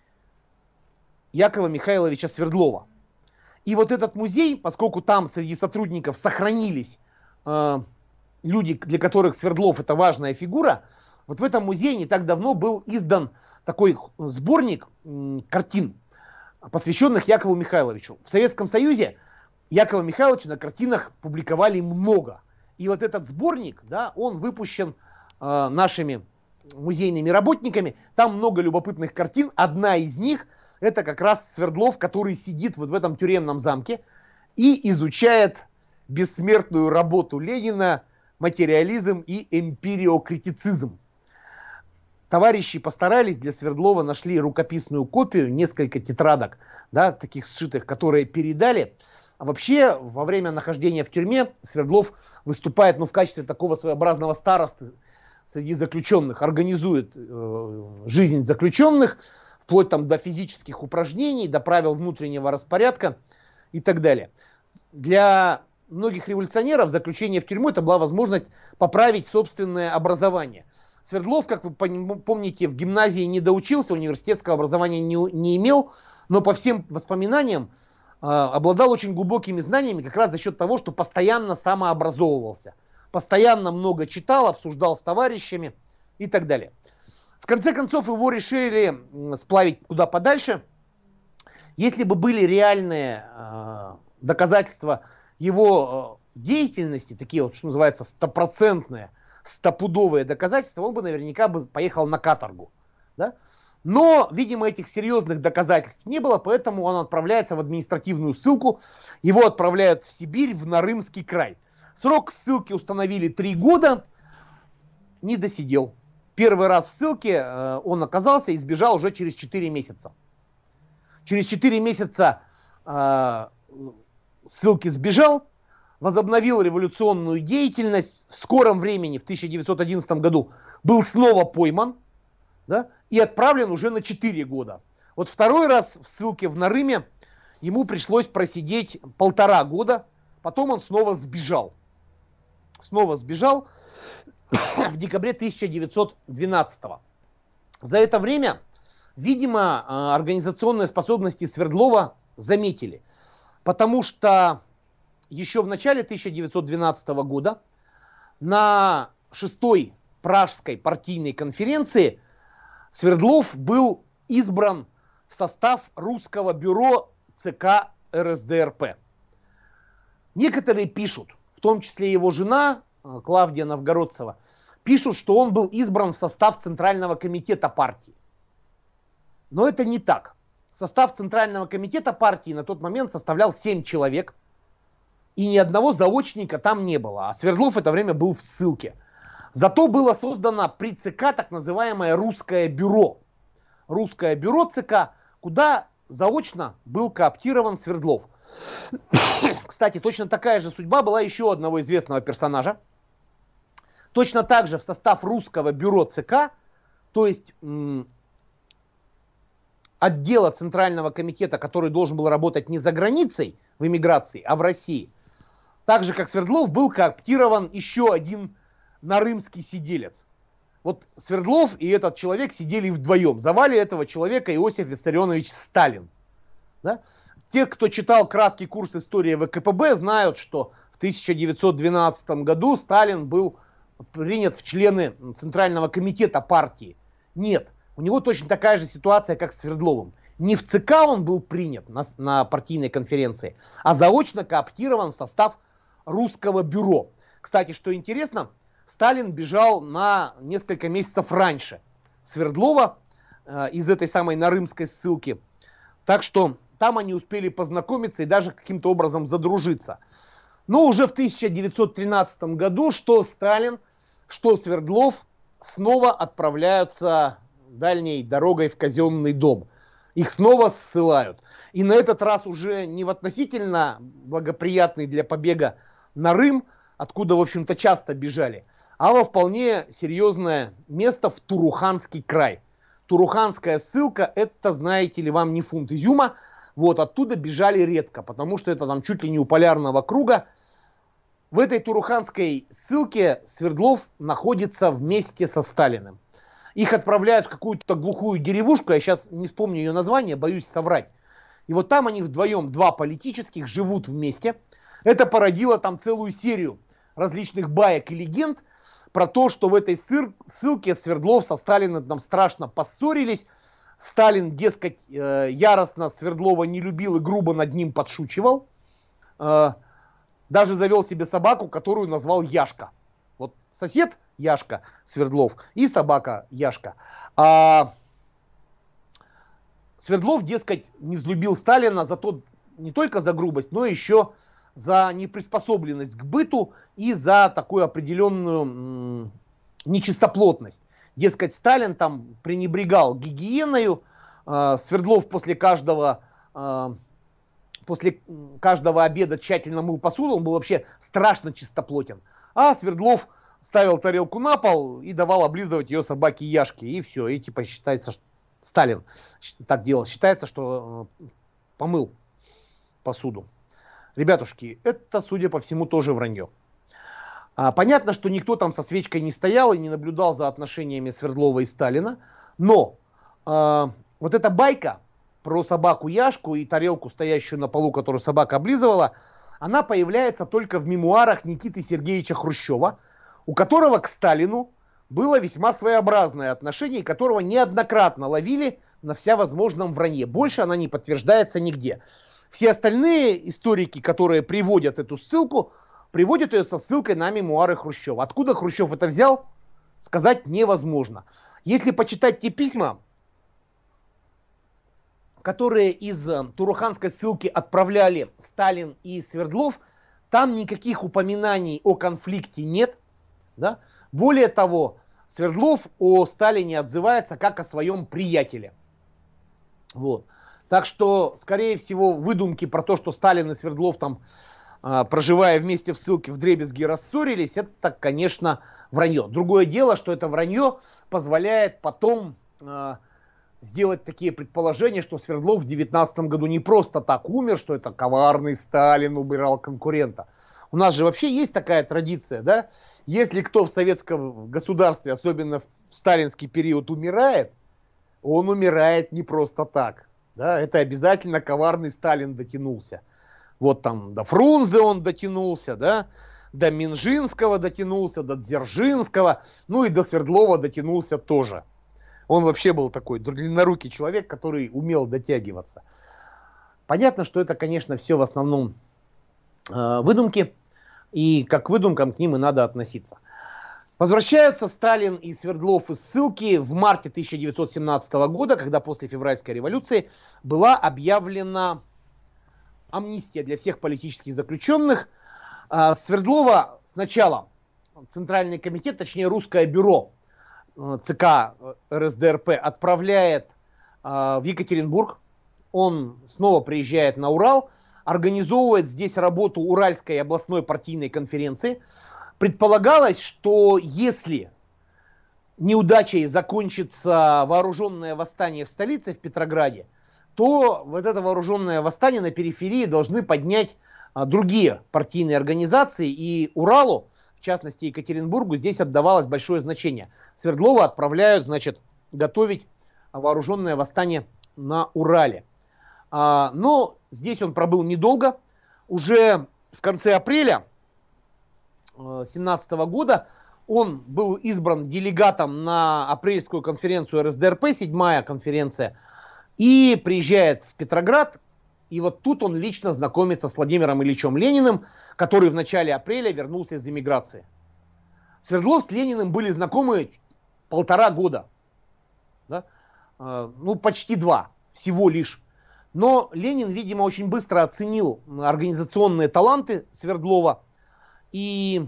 Якова Михайловича Свердлова. И вот этот музей, поскольку там среди сотрудников сохранились э, люди, для которых Свердлов это важная фигура, вот в этом музее не так давно был издан такой сборник э, картин, посвященных Якову Михайловичу. В Советском Союзе Якова Михайловича на картинах публиковали много. И вот этот сборник, да, он выпущен э, нашими музейными работниками. Там много любопытных картин. Одна из них — это как раз Свердлов, который сидит вот в этом тюремном замке и изучает бессмертную работу Ленина, материализм и эмпириокритицизм. Товарищи постарались, для Свердлова нашли рукописную копию, несколько тетрадок, да, таких сшитых, которые передали. А вообще, во время нахождения в тюрьме Свердлов выступает, ну, в качестве такого своеобразного старосты среди заключенных, организует э, жизнь заключенных, вплоть там до физических упражнений, до правил внутреннего распорядка и так далее. Для многих революционеров заключение в тюрьму — это была возможность поправить собственное образование. Свердлов, как вы помните, в гимназии не доучился, университетского образования не, не имел, но по всем воспоминаниям э, обладал очень глубокими знаниями как раз за счет того, что постоянно самообразовывался. Постоянно много читал, обсуждал с товарищами и так далее. В конце концов, его решили сплавить куда подальше. Если бы были реальные э, доказательства его э, деятельности, такие вот, что называется, стопроцентные, стопудовые доказательства, он бы наверняка бы поехал на каторгу. Да? Но, видимо, этих серьезных доказательств не было, поэтому он отправляется в административную ссылку. Его отправляют в Сибирь, в Нарымский край. Срок ссылки установили три года, не досидел. Первый раз в ссылке э, он оказался и сбежал уже через четыре месяца. Через четыре месяца э, ссылки сбежал, возобновил революционную деятельность. В скором времени, в тысяча девятьсот одиннадцатом году, был снова пойман, да, и отправлен уже на четыре года. Вот второй раз в ссылке в Нарыме ему пришлось просидеть полтора года. Потом он снова сбежал. Снова сбежал в декабре тысяча девятьсот двенадцатого. За это время, видимо, организационные способности Свердлова заметили. Потому что еще в начале тысяча девятьсот двенадцатого года на шестой Пражской партийной конференции Свердлов был избран в состав русского бюро ЦК эр эс дэ эр пэ. Некоторые пишут, в том числе его жена Клавдия Новгородцева, пишут, что он был избран в состав Центрального комитета партии. Но это не так. Состав Центрального комитета партии на тот момент составлял семь человек, и ни одного заочника там не было. А Свердлов в это время был в ссылке. Зато было создано при ЦК так называемое Русское бюро. Русское бюро ЦК, куда заочно был кооптирован Свердлов. Кстати, точно такая же судьба была еще одного известного персонажа. Точно так же в состав Русского бюро ЦК, то есть м- отдела Центрального комитета, который должен был работать не за границей в эмиграции, а в России, так же как Свердлов, был кооптирован еще один нарымский сиделец. Вот Свердлов и этот человек сидели вдвоем. Звали этого человека Иосиф Виссарионович Сталин. Да? Те, кто читал краткий курс истории вэ ка пэ бэ, знают, что в тысяча девятьсот двенадцатом году Сталин был принят в члены Центрального комитета партии. Нет, у него точно такая же ситуация, как с Свердловым. Не в ЦК он был принят на, на партийной конференции, а заочно кооптирован в состав Русского бюро. Кстати, что интересно, Сталин бежал на несколько месяцев раньше Свердлова э, из этой самой нарымской ссылки. Так что там они успели познакомиться и даже каким-то образом задружиться. Но уже в тысяча девятьсот тринадцатом году что Сталин, что Свердлов снова отправляются дальней дорогой в казенный дом. Их снова ссылают. И на этот раз уже не в относительно благоприятный для побега Нарым, откуда, в общем-то, часто бежали, а во вполне серьезное место в Туруханский край. Туруханская ссылка, это, знаете ли, вам не фунт изюма. Вот оттуда бежали редко, потому что это там чуть ли не у полярного круга. В этой Туруханской ссылке Свердлов находится вместе со Сталиным. Их отправляют в какую-то глухую деревушку, я сейчас не вспомню ее название, боюсь соврать. И вот там они вдвоем, два политических, живут вместе. Это породило там целую серию различных баек и легенд про то, что в этой ссылке Свердлов со Сталиным там страшно поссорились. Сталин, дескать, яростно Свердлова не любил и грубо над ним подшучивал. Даже завел себе собаку, которую назвал Яшка. Вот сосед Яшка Свердлов и собака Яшка. А Свердлов, дескать, не взлюбил Сталина за то, не только за грубость, но еще за неприспособленность к быту и за такую определенную м- нечистоплотность. Дескать, Сталин там пренебрегал гигиеною, э, Свердлов после каждого, э, после каждого обеда тщательно мыл посуду, он был вообще страшно чистоплотен. А Свердлов ставил тарелку на пол и давал облизывать ее собаке Яшке, и все, и типа считается, что Сталин так делал, считается, что э, помыл посуду. Ребятушки, это, судя по всему, тоже вранье. А, понятно, что никто там со свечкой не стоял и не наблюдал за отношениями Свердлова и Сталина, но а, вот эта байка про собаку Яшку и тарелку, стоящую на полу, которую собака облизывала, она появляется только в мемуарах Никиты Сергеевича Хрущева, у которого к Сталину было весьма своеобразное отношение, и которого неоднократно ловили на всевозможном вранье. Больше она не подтверждается нигде. Все остальные историки, которые приводят эту ссылку, приводят ее со ссылкой на мемуары Хрущева. Откуда Хрущев это взял, сказать невозможно. Если почитать те письма, которые из Туруханской ссылки отправляли Сталин и Свердлов, там никаких упоминаний о конфликте нет. Да? Более того, Свердлов о Сталине отзывается как о своем приятеле. Вот. Так что, скорее всего, выдумки про то, что Сталин и Свердлов там, э, проживая вместе в ссылке, вдребезги рассорились, это, конечно, вранье. Другое дело, что это вранье позволяет потом э, сделать такие предположения, что Свердлов в девятнадцатом году не просто так умер, что это коварный Сталин убирал конкурента. У нас же вообще есть такая традиция, да? Если кто в советском государстве, особенно в сталинский период, умирает, он умирает не просто так. Да? Это обязательно коварный Сталин дотянулся. Вот там до Фрунзе он дотянулся, да? До Минжинского дотянулся, до Дзержинского, ну и до Свердлова дотянулся тоже. Он вообще был такой длиннорукий человек, который умел дотягиваться. Понятно, что это, конечно, все в основном э, выдумки, и как к выдумкам к ним и надо относиться. Возвращаются Сталин и Свердлов из ссылки в марте тысяча девятьсот семнадцатого года, когда после февральской революции была объявлена амнистия для всех политических заключенных. Э, Свердлова сначала Центральный комитет, точнее русское бюро ЦК РСДРП отправляет э, в Екатеринбург. Он снова приезжает на Урал, организовывает здесь работу Уральской областной партийной конференции. Предполагалось, что если неудачей закончится вооруженное восстание в столице, в Петрограде, то вот это вооруженное восстание на периферии должны поднять а, другие партийные организации, и Уралу, в частности Екатеринбургу, здесь отдавалось большое значение. Свердлова отправляют, значит, готовить вооруженное восстание на Урале. А, но здесь он пробыл недолго. Уже в конце апреля две тысячи семнадцатого года он был избран делегатом на апрельскую конференцию РСДРП, седьмая конференция, и приезжает в Петроград. И вот тут он лично знакомится с Владимиром Ильичем Лениным, который в начале апреля вернулся из эмиграции. Свердлов с Лениным были знакомы полтора года. Да? Ну, почти два, всего лишь. Но Ленин, видимо, очень быстро оценил организационные таланты Свердлова. И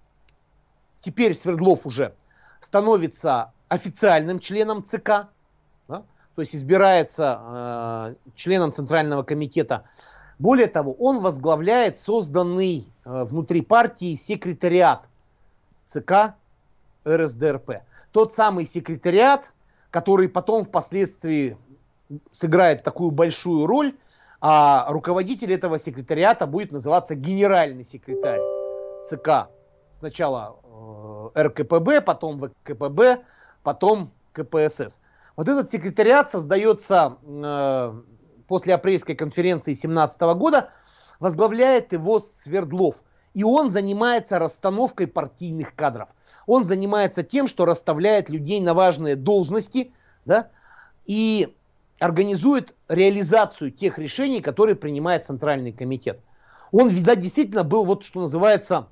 теперь Свердлов уже становится официальным членом ЦК. Да? То есть избирается э, членом Центрального комитета. Более того, он возглавляет созданный э, внутри партии секретариат ЦК РСДРП. Тот самый секретариат, который потом впоследствии сыграет такую большую роль, а руководитель этого секретариата будет называться генеральный секретарь ЦК. Сначала э, РКПБ, потом ВКПБ, потом КПСС. Вот этот секретариат создается э, после апрельской конференции две тысячи семнадцатого года, возглавляет его Свердлов. И он занимается расстановкой партийных кадров. Он занимается тем, что расставляет людей на важные должности, да, и организует реализацию тех решений, которые принимает Центральный комитет. Он, видать, действительно был, вот что называется,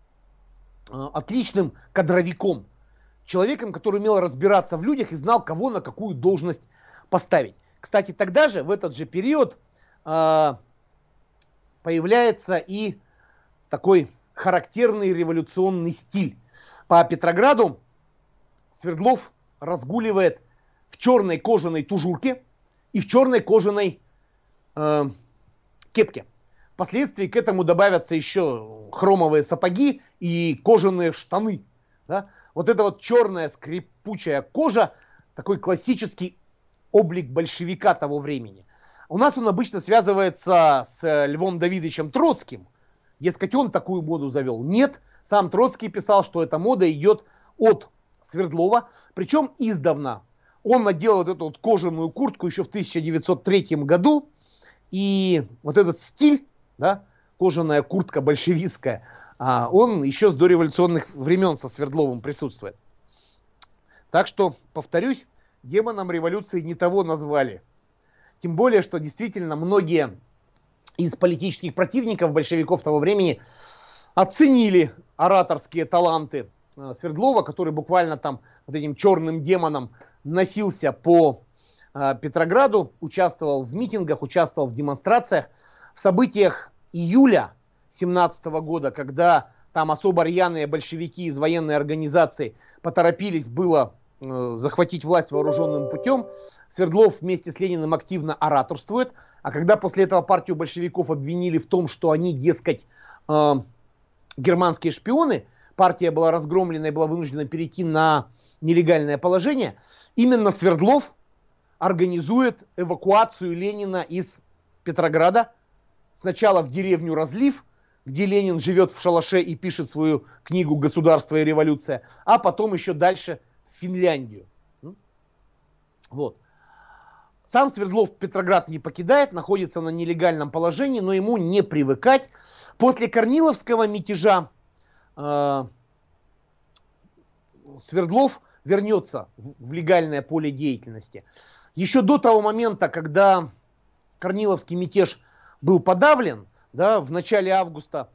отличным кадровиком. Человеком, который умел разбираться в людях и знал, кого на какую должность поставить. Кстати, тогда же, в этот же период, появляется и такой характерный революционный стиль. По Петрограду Свердлов разгуливает в черной кожаной тужурке и в черной кожаной э, кепке. Впоследствии к этому добавятся еще хромовые сапоги и кожаные штаны. Да? Вот эта вот черная скрипучая кожа, такой классический облик большевика того времени. У нас он обычно связывается с Львом Давидовичем Троцким. Дескать, он такую моду завел. Нет, сам Троцкий писал, что эта мода идет от Свердлова. Причем издавна. Он надел вот эту вот кожаную куртку еще в тысяча девятьсот третьем году. И вот этот стиль, да, кожаная куртка большевистская, он еще с дореволюционных времен со Свердловым присутствует. Так что, повторюсь, демоном революции не того назвали. Тем более, что действительно многие из политических противников большевиков того времени оценили ораторские таланты Свердлова, который буквально там вот этим черным демоном носился по э, Петрограду, участвовал в митингах, участвовал в демонстрациях. В событиях июля семнадцатого года, когда там особо рьяные большевики из военной организации поторопились было э, захватить власть вооруженным путем, Свердлов вместе с Лениным активно ораторствует. А когда после этого партию большевиков обвинили в том, что они, дескать, э, германские шпионы, партия была разгромлена и была вынуждена перейти на нелегальное положение, именно Свердлов организует эвакуацию Ленина из Петрограда. Сначала в деревню Разлив, где Ленин живет в шалаше и пишет свою книгу «Государство и революция», а потом еще дальше в Финляндию. Вот. Сам Свердлов Петроград не покидает, находится на нелегальном положении, но ему не привыкать. После Корниловского мятежа э, Свердлов вернется в, в легальное поле деятельности. Еще до того момента, когда Корниловский мятеж был подавлен, да, в начале августа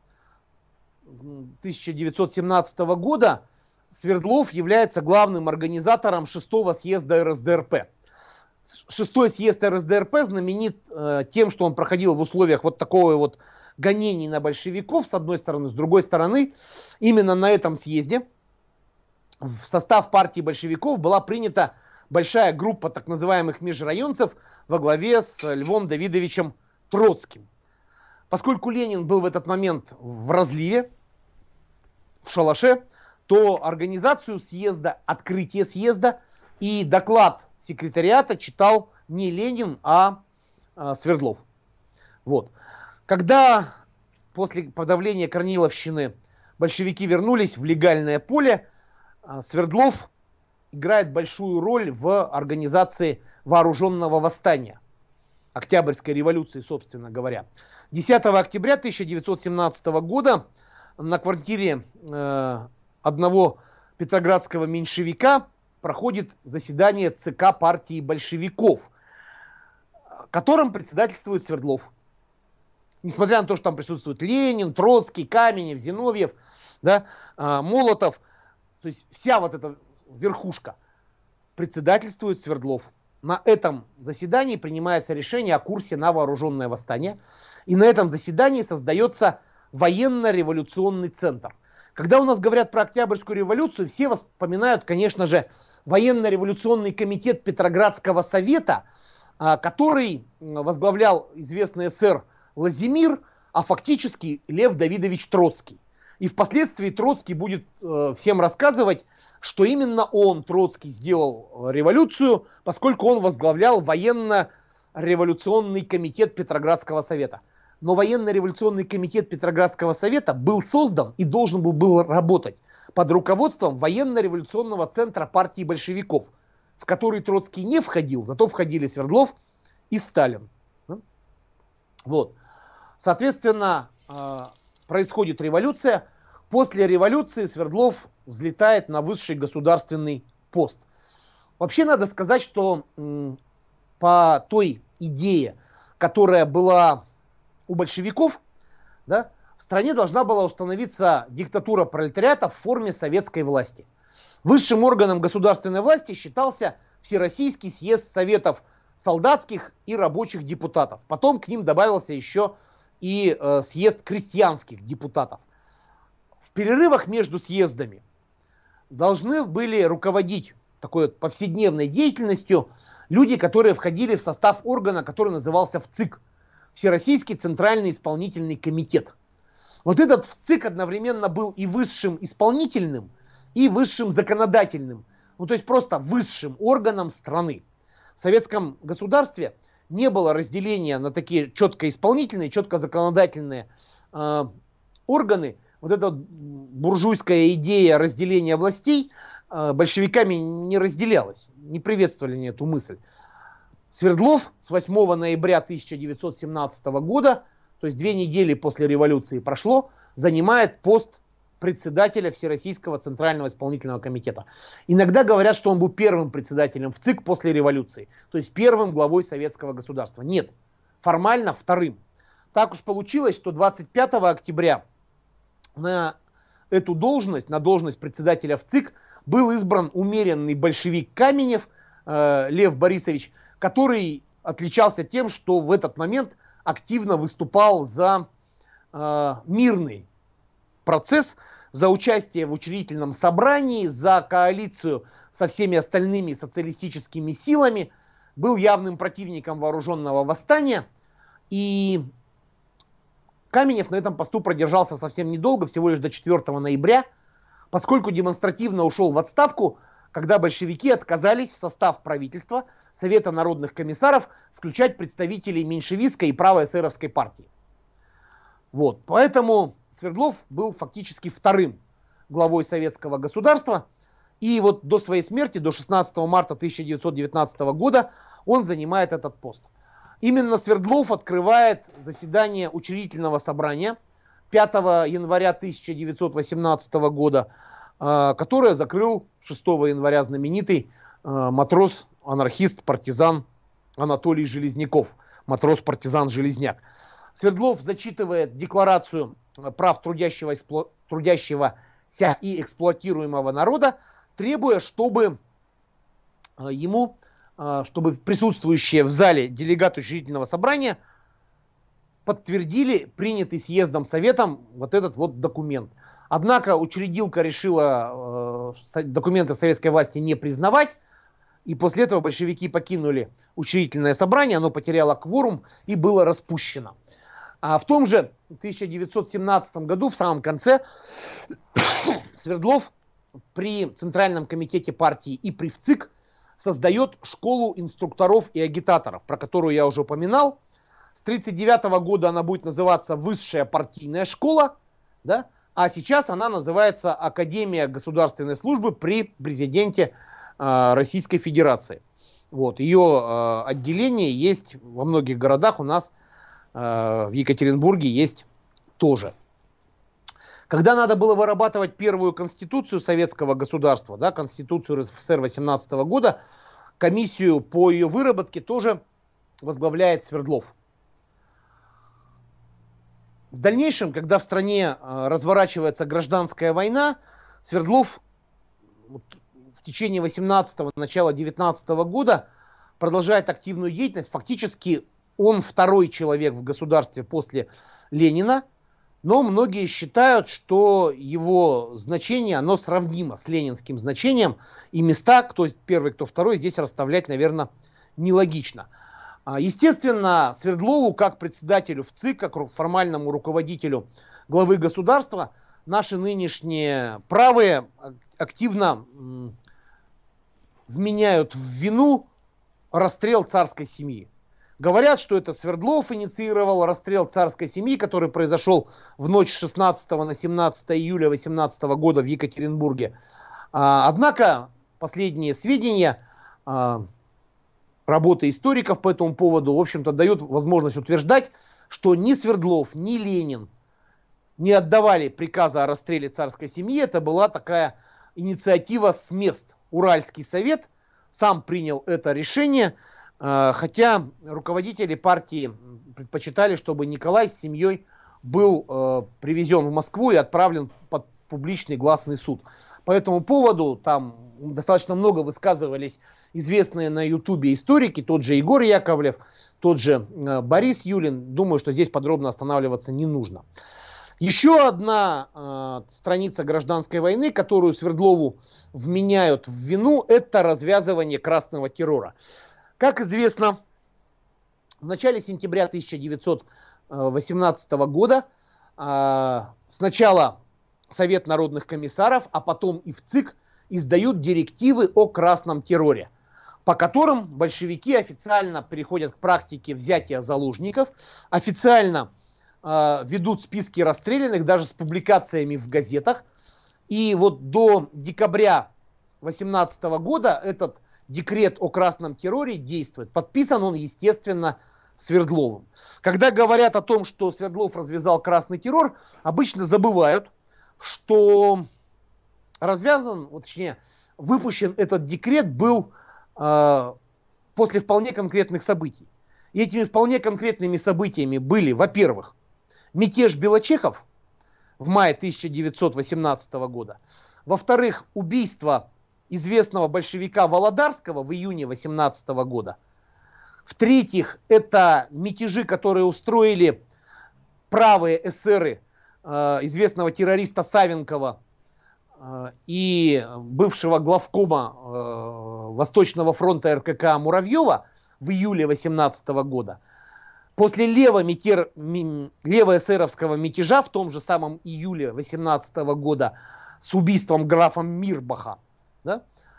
тысяча девятьсот семнадцатого года Свердлов является главным организатором шестого съезда эр эс дэ эр пэ. Шестой съезд эр эс дэ эр пэ знаменит э, тем, что он проходил в условиях вот такого вот гонений на большевиков, с одной стороны, с другой стороны, именно на этом съезде в состав партии большевиков была принята большая группа так называемых межрайонцев во главе с Львом Давидовичем Троцким. Поскольку Ленин был в этот момент в разливе, в шалаше, то организацию съезда, открытие съезда и доклад секретариата читал не Ленин, а, а Свердлов. Вот. Когда после подавления Корниловщины большевики вернулись в легальное поле, Свердлов играет большую роль в организации вооруженного восстания, Октябрьской революции, собственно говоря. десятого октября тысяча девятьсот семнадцатого года на квартире э, одного петроградского меньшевика проходит заседание ЦК партии большевиков, которым председательствует Свердлов. Несмотря на то, что там присутствуют Ленин, Троцкий, Каменев, Зиновьев, да, э, Молотов, то есть вся вот эта верхушка, председательствует Свердлов. На этом заседании принимается решение о курсе на вооруженное восстание. И на этом заседании создается военно-революционный центр. Когда у нас говорят про Октябрьскую революцию, все вспоминают, конечно же, военно-революционный комитет Петроградского совета, который возглавлял известный эсер Лазимир, а фактически Лев Давидович Троцкий. И впоследствии Троцкий будет всем рассказывать, что именно он, Троцкий, сделал революцию, поскольку он возглавлял военно-революционный комитет Петроградского совета. Но военно-революционный комитет Петроградского совета был создан и должен был, был работать под руководством военно-революционного центра партии большевиков, в который Троцкий не входил, зато входили Свердлов и Сталин. Вот. Соответственно, происходит революция. После революции Свердлов взлетает на высший государственный пост. Вообще надо сказать, что м, по той идее, которая была у большевиков, да, в стране должна была установиться диктатура пролетариата в форме советской власти. Высшим органом государственной власти считался Всероссийский съезд советов солдатских и рабочих депутатов. Потом к ним добавился еще и э, съезд крестьянских депутатов. В перерывах между съездами должны были руководить такой вот повседневной деятельностью люди, которые входили в состав органа, который назывался ВЦИК, Всероссийский Центральный Исполнительный Комитет. Вот этот ВЦИК одновременно был и высшим исполнительным, и высшим законодательным, ну то есть просто высшим органом страны. В советском государстве не было разделения на такие четко исполнительные, четко законодательные э, органы. Вот эта буржуйская идея разделения властей э, большевиками не разделялась, не приветствовали они эту мысль. Свердлов с восьмого ноября тысяча девятьсот семнадцатого года, то есть две недели после революции прошло, занимает пост председателя Всероссийского Центрального Исполнительного Комитета. Иногда говорят, что он был первым председателем ВЦИК после революции, то есть первым главой советского государства. Нет, формально вторым. Так уж получилось, что двадцать пятого октября на эту должность, на должность председателя ВЦИК, был избран умеренный большевик Каменев, э, Лев Борисович, который отличался тем, что в этот момент активно выступал за э, мирный процесс, за участие в учредительном собрании, за коалицию со всеми остальными социалистическими силами, был явным противником вооруженного восстания. И Каменев на этом посту продержался совсем недолго, всего лишь до четвёртого ноября, поскольку демонстративно ушел в отставку, когда большевики отказались в состав правительства Совета народных комиссаров включать представителей меньшевистской и правоэсеровской партии. Вот, поэтому Свердлов был фактически вторым главой советского государства. И вот до своей смерти, до шестнадцатого марта тысяча девятьсот девятнадцатого года, он занимает этот пост. Именно Свердлов открывает заседание учредительного собрания пятого января тысяча девятьсот восемнадцатого года, которое закрыл шестого января знаменитый матрос, анархист, партизан Анатолий Железняков. матрос-партизан-железняк. Свердлов зачитывает декларацию прав трудящего, эксплу... трудящегося и эксплуатируемого народа, требуя, чтобы ему, чтобы присутствующие в зале делегаты учредительного собрания подтвердили принятый съездом советом вот этот вот документ. Однако учредилка решила э, документы советской власти не признавать, и после этого большевики покинули учредительное собрание, оно потеряло кворум и было распущено. А в том же тысяча девятьсот семнадцатом году, в самом конце, Свердлов при Центральном комитете партии и при ВЦИК создает школу инструкторов и агитаторов, про которую я уже упоминал. С тысяча девятьсот тридцать девятого года она будет называться Высшая партийная школа, да? А сейчас она называется Академия государственной службы при президенте э, Российской Федерации. Вот. Ее э, отделение есть во многих городах, у нас э, в Екатеринбурге есть тоже. Когда надо было вырабатывать первую конституцию советского государства, да, конституцию РСФСР восемнадцатого года, комиссию по ее выработке тоже возглавляет Свердлов. В дальнейшем, когда в стране э, разворачивается гражданская война, Свердлов вот, в течение восемнадцатого, начала девятнадцатого года продолжает активную деятельность. Фактически он второй человек в государстве после Ленина, но многие считают, что его значение, оно сравнимо с ленинским значением, и места, кто первый, кто второй, здесь расставлять, наверное, нелогично. Естественно, Свердлову, как председателю ВЦИК, как формальному руководителю главы государства, наши нынешние правые активно вменяют в вину расстрел царской семьи. Говорят, что это Свердлов инициировал расстрел царской семьи, который произошел в ночь с шестнадцатого на семнадцатое июля восемнадцатого года в Екатеринбурге. Однако последние сведения работы историков по этому поводу, в общем-то, дают возможность утверждать, что ни Свердлов, ни Ленин не отдавали приказа о расстреле царской семьи. Это была такая инициатива с мест. Уральский совет сам принял это решение, хотя руководители партии предпочитали, чтобы Николай с семьей был привезен в Москву и отправлен под публичный гласный суд. По этому поводу там достаточно много высказывались известные на Ютубе историки, тот же Егор Яковлев, тот же э, Борис Юлин. Думаю, что здесь подробно останавливаться не нужно. Еще одна э, страница гражданской войны, которую Свердлову вменяют в вину, это развязывание красного террора. Как известно, в начале сентября тысяча девятьсот восемнадцатого года э, сначала Совет народных комиссаров, а потом и ВЦИК издают директивы о красном терроре, по которым большевики официально переходят к практике взятия заложников, официально э, ведут списки расстрелянных, даже с публикациями в газетах. И вот до декабря две тысячи восемнадцатого года этот декрет о красном терроре действует. Подписан он, естественно, Свердловым. Когда говорят о том, что Свердлов развязал красный террор, обычно забывают, что развязан, вот, точнее, выпущен этот декрет был э, после вполне конкретных событий. И этими вполне конкретными событиями были, во-первых, мятеж белочехов в мае тысяча девятьсот восемнадцатого года. Во-вторых, убийство известного большевика Володарского в июне восемнадцатого года. В-третьих, это мятежи, которые устроили правые эсеры э, известного террориста Савенкова э, и бывшего главкома э, Восточного фронта эр ка ка Муравьева в июле восемнадцатого года. После лево-мятер, лево-эсеровского мятежа в том же самом июле восемнадцатого года с убийством графа Мирбаха, да,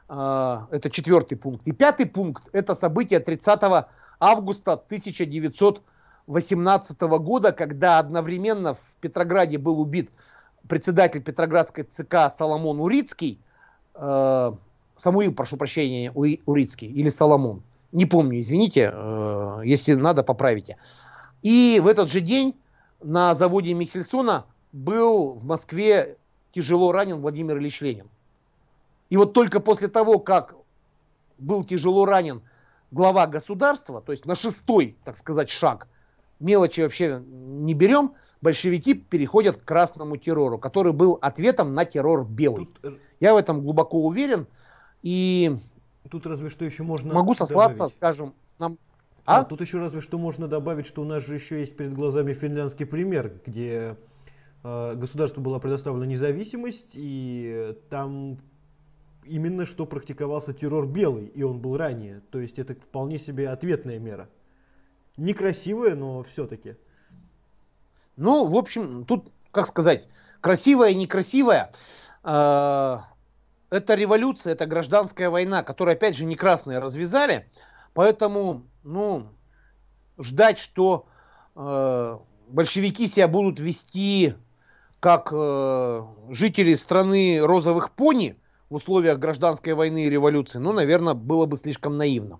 это четвертый пункт. И пятый пункт — это событие тридцатого августа тысяча девятьсот восемнадцатого года, когда одновременно в Петрограде был убит председатель Петроградской ЦК Соломон Урицкий, э, Самуил, прошу прощения, Урицкий или Соломон, не помню, извините, э, если надо, поправите. И в этот же день на заводе Михельсона был в Москве тяжело ранен Владимир Ильич Ленин. И вот только после того, как был тяжело ранен глава государства, то есть на шестой, так сказать, шаг, мелочи вообще не берем, большевики переходят к красному террору, который был ответом на террор белый. Тут... Я в этом глубоко уверен. И
тут разве что еще можно
могу сослаться,
добавить.
скажем, нам...
А? А, тут еще разве что можно добавить, что у нас же еще есть перед глазами финляндский пример, где э, государству была предоставлена независимость, и там именно что практиковался террор белый, и он был ранее. То есть это вполне себе ответная мера. Некрасивая, но все-таки.
Ну, в общем, тут, как сказать, красивая и некрасивая. Э, это революция, это гражданская война, которую, опять же, не красные развязали. Поэтому, ну, ждать, что э, большевики себя будут вести как э, жители страны розовых пони в условиях гражданской войны и революции, ну, наверное, было бы слишком наивно.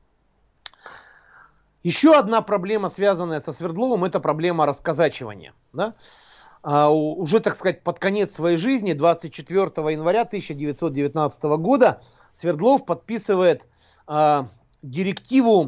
Еще одна проблема, связанная со Свердловым, это проблема расказачивания. Да? А, уже, так сказать, под конец своей жизни, двадцать четвёртого января тысяча девятьсот девятнадцатого года, Свердлов подписывает а, директиву,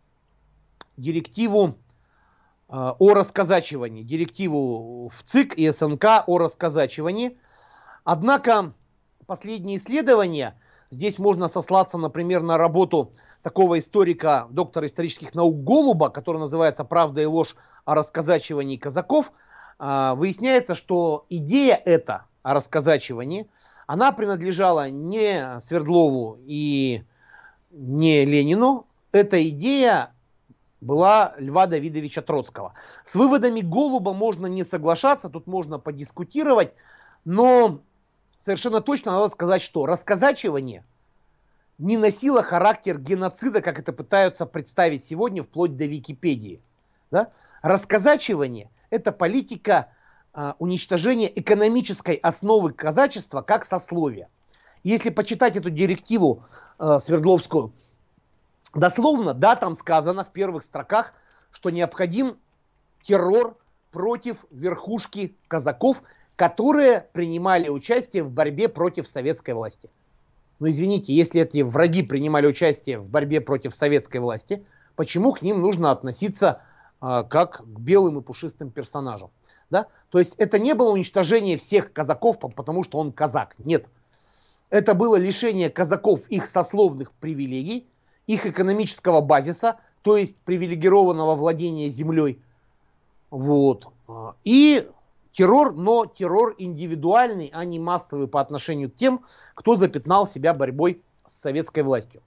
директиву а, о расказачивании, директиву в ЦИК и СНК о расказачивании. Однако последние исследования, здесь можно сослаться, например, на работу такого историка, доктора исторических наук Голуба, который называется «Правда и ложь о расказачивании казаков», выясняется, что идея эта о расказачивании, она принадлежала не Свердлову и не Ленину. Эта идея была Льва Давидовича Троцкого. С выводами Голуба можно не соглашаться, тут можно подискутировать, но совершенно точно надо сказать, что расказачивание не носило характер геноцида, как это пытаются представить сегодня, вплоть до Википедии. Да? Расказачивание – это политика а, уничтожения экономической основы казачества как сословия. Если почитать эту директиву а, Свердловскую дословно, да, там сказано в первых строках, что необходим террор против верхушки казаков, которые принимали участие в борьбе против советской власти. Но извините, если эти враги принимали участие в борьбе против советской власти, почему к ним нужно относиться а, как к белым и пушистым персонажам? Да? То есть это не было уничтожение всех казаков, потому что он казак. Нет. Это было лишение казаков их сословных привилегий, их экономического базиса, то есть привилегированного владения землей. Вот. И террор, но террор индивидуальный, а не массовый по отношению к тем, кто запятнал себя борьбой с советской властью.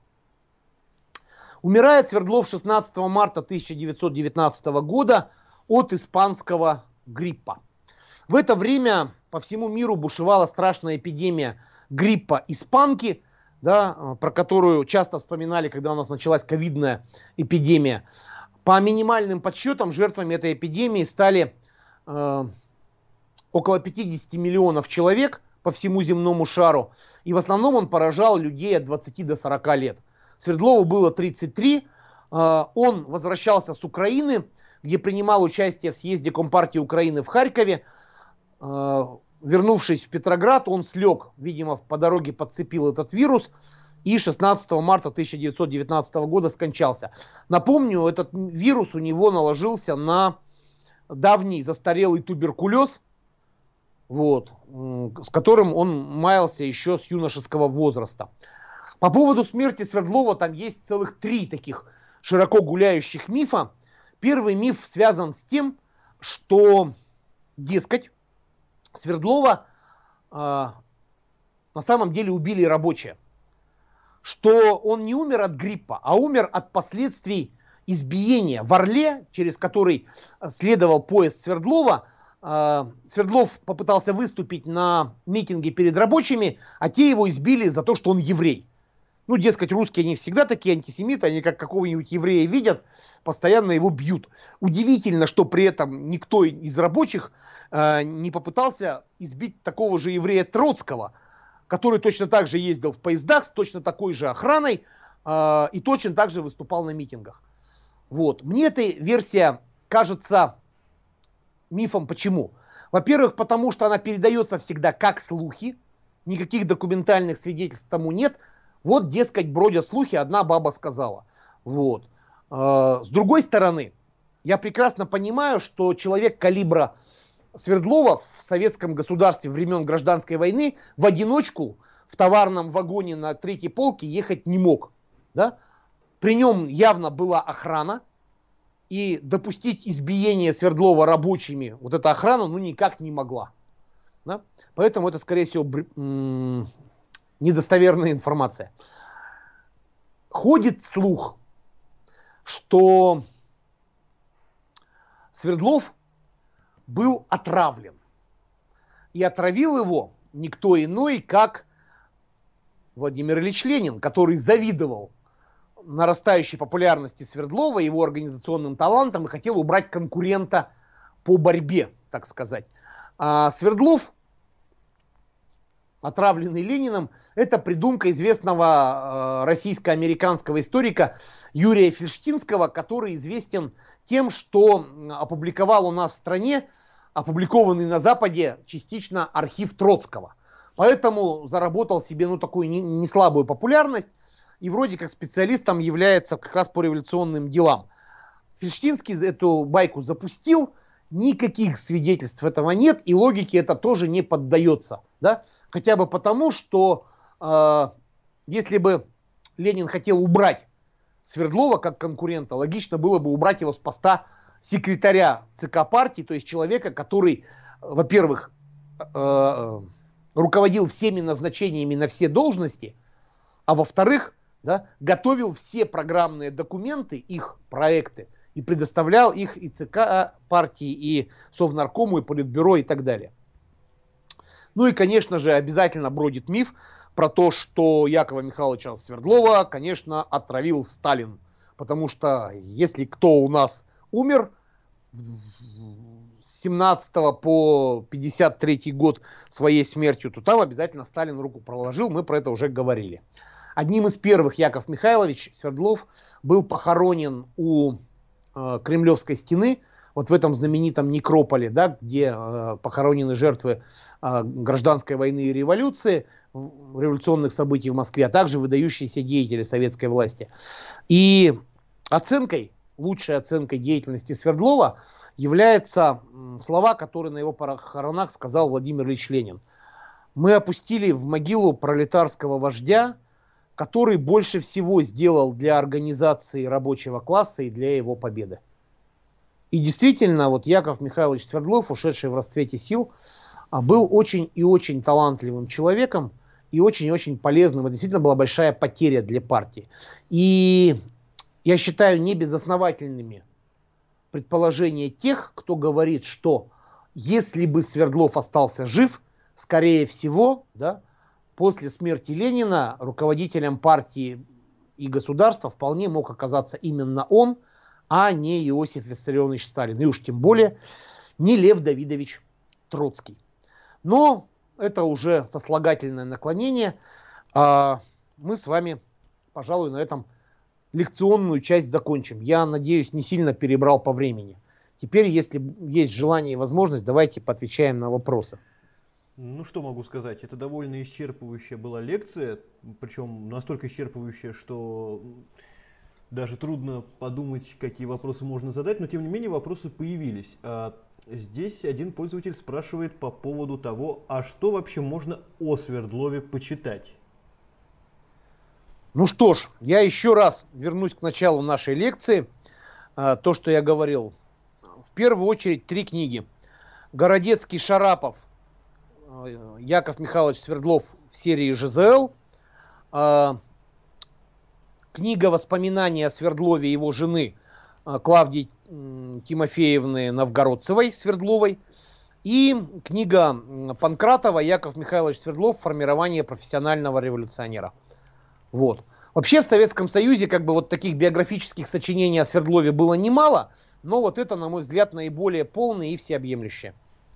Умирает Свердлов шестнадцатого марта тысяча девятьсот девятнадцатого года от испанского гриппа. В это время по всему миру бушевала страшная эпидемия гриппа испанки, да, про которую часто вспоминали, когда у нас началась ковидная эпидемия. По минимальным подсчетам жертвами этой эпидемии стали э, около пятьдесят миллионов человек по всему земному шару. И в основном он поражал людей от двадцати до сорока лет. Свердлову было тридцать три. Э, он возвращался с Украины, где принимал участие в съезде Компартии Украины в Харькове. Э, вернувшись в Петроград, он слег, видимо, по дороге подцепил этот вирус. И шестнадцатого марта тысяча девятьсот девятнадцатого года скончался. Напомню, этот вирус у него наложился на давний застарелый туберкулез, вот, с которым он маялся еще с юношеского возраста. По поводу смерти Свердлова там есть целых три таких широко гуляющих мифа. Первый миф связан с тем, что, дескать, Свердлова э, на самом деле убили рабочие. Что он не умер от гриппа, а умер от последствий избиения в Орле, через который следовал поезд Свердлова. Свердлов попытался выступить на митинге перед рабочими, а те его избили за то, что он еврей. Ну, дескать, русские не всегда такие антисемиты, они как какого-нибудь еврея видят, постоянно его бьют. Удивительно, что при этом никто из рабочих не попытался избить такого же еврея Троцкого, который точно так же ездил в поездах с точно такой же охраной э, и точно так же выступал на митингах. Вот. Мне эта версия кажется мифом. Почему? Во-первых, потому что она передается всегда как слухи, никаких документальных свидетельств тому нет. Вот, дескать, бродят слухи, одна баба сказала. Вот. С другой стороны, я прекрасно понимаю, что человек калибра Свердлова в советском государстве времен Гражданской войны в одиночку в товарном вагоне на третьей полке ехать не мог. Да? При нем явно была охрана, и допустить избиение Свердлова рабочими вот эта охрана ну никак не могла. Да? Поэтому это, скорее всего, бр... м- недостоверная информация. Ходит слух, что Свердлов был отравлен. И отравил его никто иной, как Владимир Ильич Ленин, который завидовал нарастающей популярности Свердлова, его организационным талантом и хотел убрать конкурента по борьбе, так сказать. А Свердлов, отравленный Лениным, это придумка известного э, российско-американского историка Юрия Фельштинского, который известен тем, что опубликовал у нас в стране, опубликованный на Западе, частично архив Троцкого. Поэтому заработал себе ну, такую не, не слабую популярность и вроде как специалистом является как раз по революционным делам. Фельштинский эту байку запустил, никаких свидетельств этого нет, и логике это тоже не поддается. Да? Хотя бы потому, что э, если бы Ленин хотел убрать Свердлова как конкурента, логично было бы убрать его с поста секретаря ЦК партии, то есть человека, который, во-первых, э, руководил всеми назначениями на все должности, а во-вторых, да, готовил все программные документы, их проекты, и предоставлял их и ЦК партии, и Совнаркому, и Политбюро, и так далее. Ну и, конечно же, обязательно бродит миф про то, что Якова Михайловича Свердлова, конечно, отравил Сталин. Потому что если кто у нас умер с семнадцатого по пятьдесят третий год своей смертью, то там обязательно Сталин руку проложил, мы про это уже говорили. Одним из первых Яков Михайлович Свердлов был похоронен у э, Кремлевской стены, вот в этом знаменитом некрополе, да, где э, похоронены жертвы э, гражданской войны и революции, революционных событий в Москве, а также выдающиеся деятели советской власти. И оценкой, лучшей оценкой деятельности Свердлова являются слова, которые на его похоронах сказал Владимир Ильич Ленин. Мы опустили в могилу пролетарского вождя, который больше всего сделал для организации рабочего класса и для его победы. И действительно, вот Яков Михайлович Свердлов, ушедший в расцвете сил, был очень и очень талантливым человеком и очень и очень полезным. Это действительно была большая потеря для партии. И я считаю небезосновательными предположения тех, кто говорит, что если бы Свердлов остался жив, скорее всего, да, после смерти Ленина руководителем партии и государства вполне мог оказаться именно он, а не Иосиф Виссарионович Сталин. И уж тем более не Лев Давидович Троцкий. Но это уже сослагательное наклонение. Мы с вами, пожалуй, на этом лекционную часть закончим. Я надеюсь, не сильно перебрал по времени. Теперь, если есть желание и возможность, давайте поотвечаем на вопросы.
Ну, что могу сказать, это довольно исчерпывающая была лекция, причем настолько исчерпывающая, что даже трудно подумать, какие вопросы можно задать, но тем не менее вопросы появились. А здесь один пользователь спрашивает по поводу того, а что вообще можно о Свердлове почитать?
Ну что ж, я еще раз вернусь к началу нашей лекции. А, то, что я говорил. В первую очередь три книги. Городецкий, Шарапов, Яков Михайлович Свердлов в серии ЖЗЛ. А, книга «Воспоминания о Свердлове» его жены Клавдии Тимофеевны Новгородцевой Свердловой. И книга Панкратова «Яков Михайлович Свердлов. Формирование профессионального революционера». Вот. Вообще в Советском Союзе как бы вот таких биографических сочинений о Свердлове было немало, но вот это, на мой взгляд, наиболее полное и всеобъемлющее.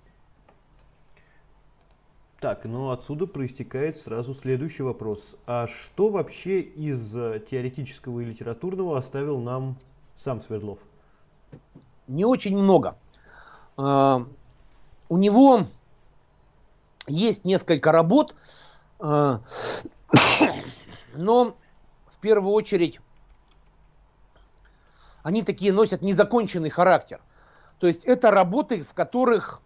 Так, ну отсюда проистекает сразу следующий вопрос. А что вообще из теоретического и литературного оставил нам сам Свердлов?
Не очень много. Uh, у него есть несколько работ, uh, но в первую очередь они такие носят незаконченный характер. То есть это работы, в которых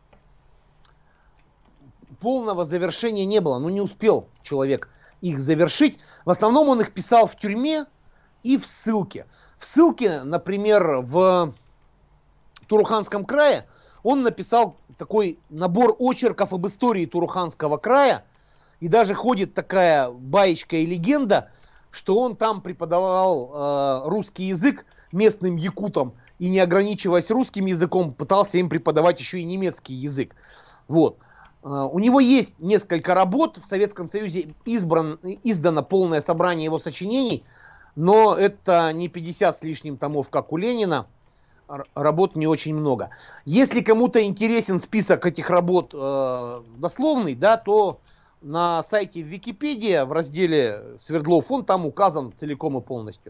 полного завершения не было. Ну, не успел человек их завершить. В основном он их писал в тюрьме и в ссылке. В ссылке, например, в Туруханском крае он написал такой набор очерков об истории Туруханского края. И даже ходит такая баечка и легенда, что он там преподавал э, русский язык местным якутам. И не ограничиваясь русским языком, пытался им преподавать еще и немецкий язык. Вот. У него есть несколько работ, в Советском Союзе избран, издано полное собрание его сочинений, но это не пятьдесят с лишним томов, как у Ленина, работ не очень много. Если кому-то интересен список этих работ э, дословный, да, то на сайте Википедия в разделе Свердлов он там указан целиком и полностью.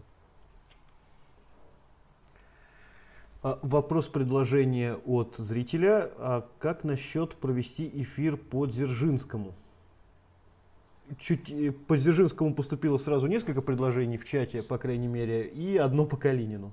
Вопрос предложения от зрителя. А как насчет провести эфир по Дзержинскому? Чуть по Дзержинскому поступило сразу несколько предложений в чате, по крайней мере, и одно по Калинину.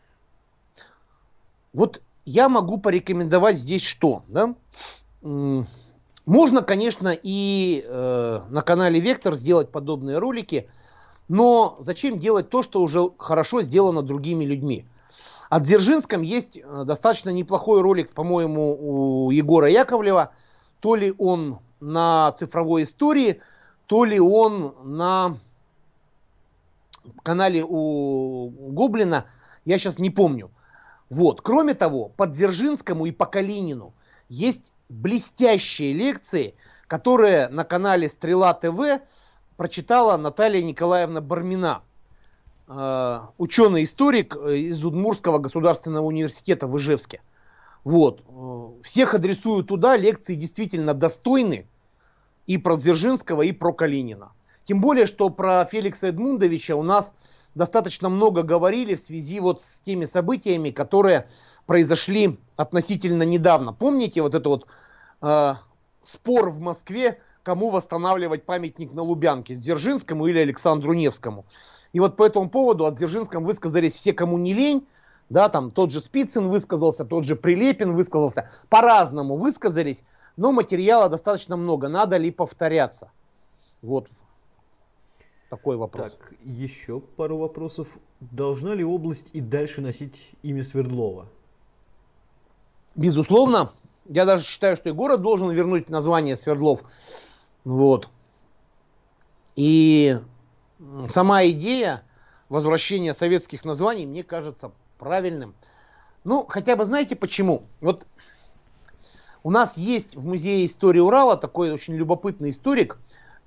Вот я могу порекомендовать здесь что? Да? Можно, конечно, и э, на канале Вектор сделать подобные ролики, но зачем делать то, что уже хорошо сделано другими людьми? О Дзержинском есть достаточно неплохой ролик, по-моему, у Егора Яковлева. То ли он на цифровой истории, то ли он на канале у Гоблина. Я сейчас не помню. Вот. Кроме того, по Дзержинскому и по Калинину есть блестящие лекции, которые на канале Стрела ТВ прочитала Наталья Николаевна Бармина. Ученый-историк из Удмуртского государственного университета в Ижевске. Вот. Всех адресую туда, лекции действительно достойны и про Дзержинского, и про Калинина. Тем более, что про Феликса Эдмундовича у нас достаточно много говорили в связи вот с теми событиями, которые произошли относительно недавно. Помните вот это вот э, спор в Москве, кому восстанавливать памятник на Лубянке, Дзержинскому или Александру Невскому? И вот по этому поводу о Дзержинском высказались все, кому не лень. Да, там тот же Спицын высказался, тот же Прилепин высказался. По-разному высказались, но материала достаточно много. Надо ли повторяться? Вот такой вопрос.
Так, еще пару вопросов. Должна ли область и дальше носить имя Свердлова?
Безусловно. Я даже считаю, что и город должен вернуть название Свердлов. Вот. И сама идея возвращения советских названий мне кажется правильным. Ну, хотя бы знаете почему? Вот у нас есть в Музее истории Урала такой очень любопытный историк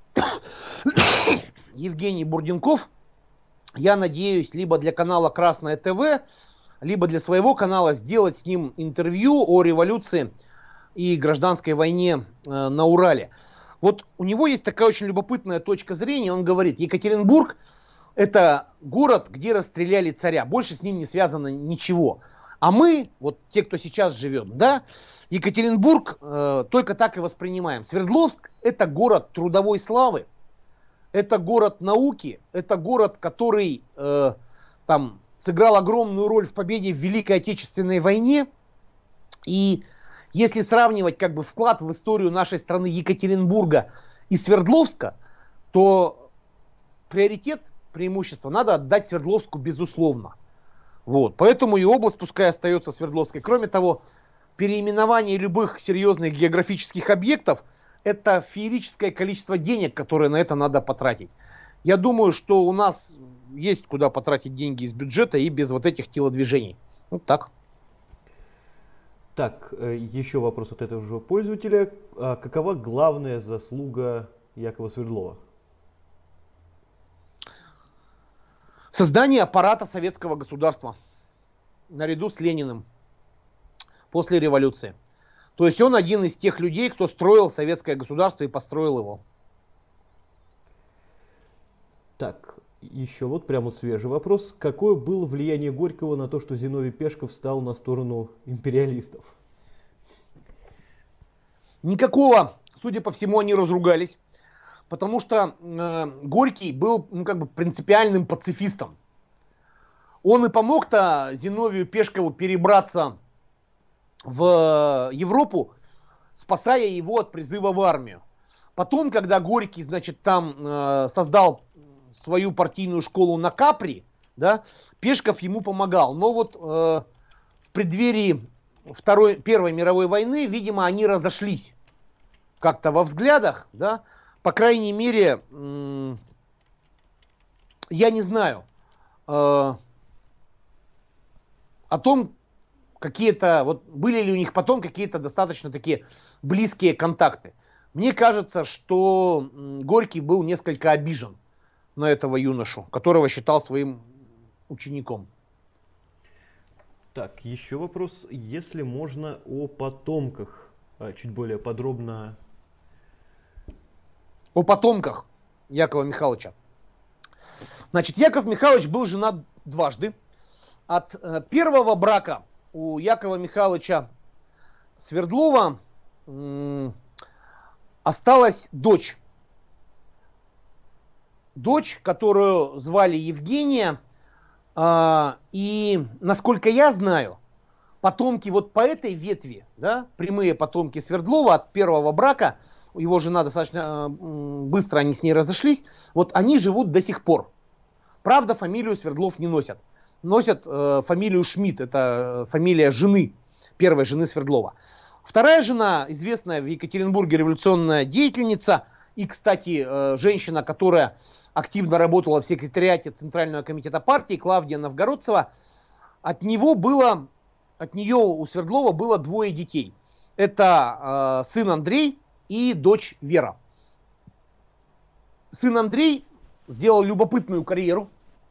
Евгений Бурденков. Я надеюсь, либо для канала Красное ТВ, либо для своего канала сделать с ним интервью о революции и гражданской войне э, на Урале. Вот у него есть такая очень любопытная точка зрения. Он говорит, Екатеринбург — это город, где расстреляли царя. Больше с ним не связано ничего. А мы, вот те, кто сейчас живет, да, Екатеринбург э, только так и воспринимаем. Свердловск — это город трудовой славы. Это город науки. Это город, который э, там сыграл огромную роль в победе в Великой Отечественной войне. И если сравнивать как бы вклад в историю нашей страны Екатеринбурга и Свердловска, то приоритет, преимущество надо отдать Свердловску безусловно. Вот. Поэтому и область пускай остается Свердловской. Кроме того, переименование любых серьезных географических объектов — это феерическое количество денег, которое на это надо потратить. Я думаю, что у нас есть куда потратить деньги из бюджета и без вот этих телодвижений. Вот так.
Так, еще вопрос от этого же пользователя. А какова главная заслуга Якова Свердлова?
Создание аппарата советского государства наряду с Лениным после революции. То есть он один из тех людей, кто строил советское государство и построил его.
Так, еще вот прям вот свежий вопрос. Какое было влияние Горького на то, что Зиновий Пешков встал на сторону империалистов?
Никакого. Судя по всему, они разругались. Потому что э, Горький был, ну, как бы принципиальным пацифистом. Он и помог-то Зиновию Пешкову перебраться в Европу, спасая его от призыва в армию. Потом, когда Горький, значит, там э, создал свою партийную школу на Капри, да, Пешков ему помогал. Но вот э, в преддверии Второй, Первой мировой войны, видимо, они разошлись как-то во взглядах, да, по крайней мере, м- я не знаю э, о том, какие-то, вот были ли у них потом какие-то достаточно такие близкие контакты. Мне кажется, что Горький был несколько обижен на этого юношу, которого считал своим учеником.
Так, еще вопрос, если можно о потомках чуть более подробно.
О потомках Якова Михайловича. Значит, Яков Михайлович был женат дважды. От э, первого брака у Якова Михайловича Свердлова м- осталась дочь. Дочь, которую звали Евгения. Э- и, насколько я знаю, потомки вот по этой ветви, да, прямые потомки Свердлова от первого брака, его жена достаточно э, быстро, они с ней разошлись, вот они живут до сих пор. Правда, фамилию Свердлов не носят. Носят э, фамилию Шмидт, это фамилия жены, первой жены Свердлова. Вторая жена, известная в Екатеринбурге революционная деятельница и, кстати, э, женщина, которая активно работала в секретариате Центрального комитета партии, Клавдия Новгородцева, от него было, от нее у Свердлова было двое детей. Это э, сын Андрей и дочь Вера. Сын Андрей сделал любопытную карьеру.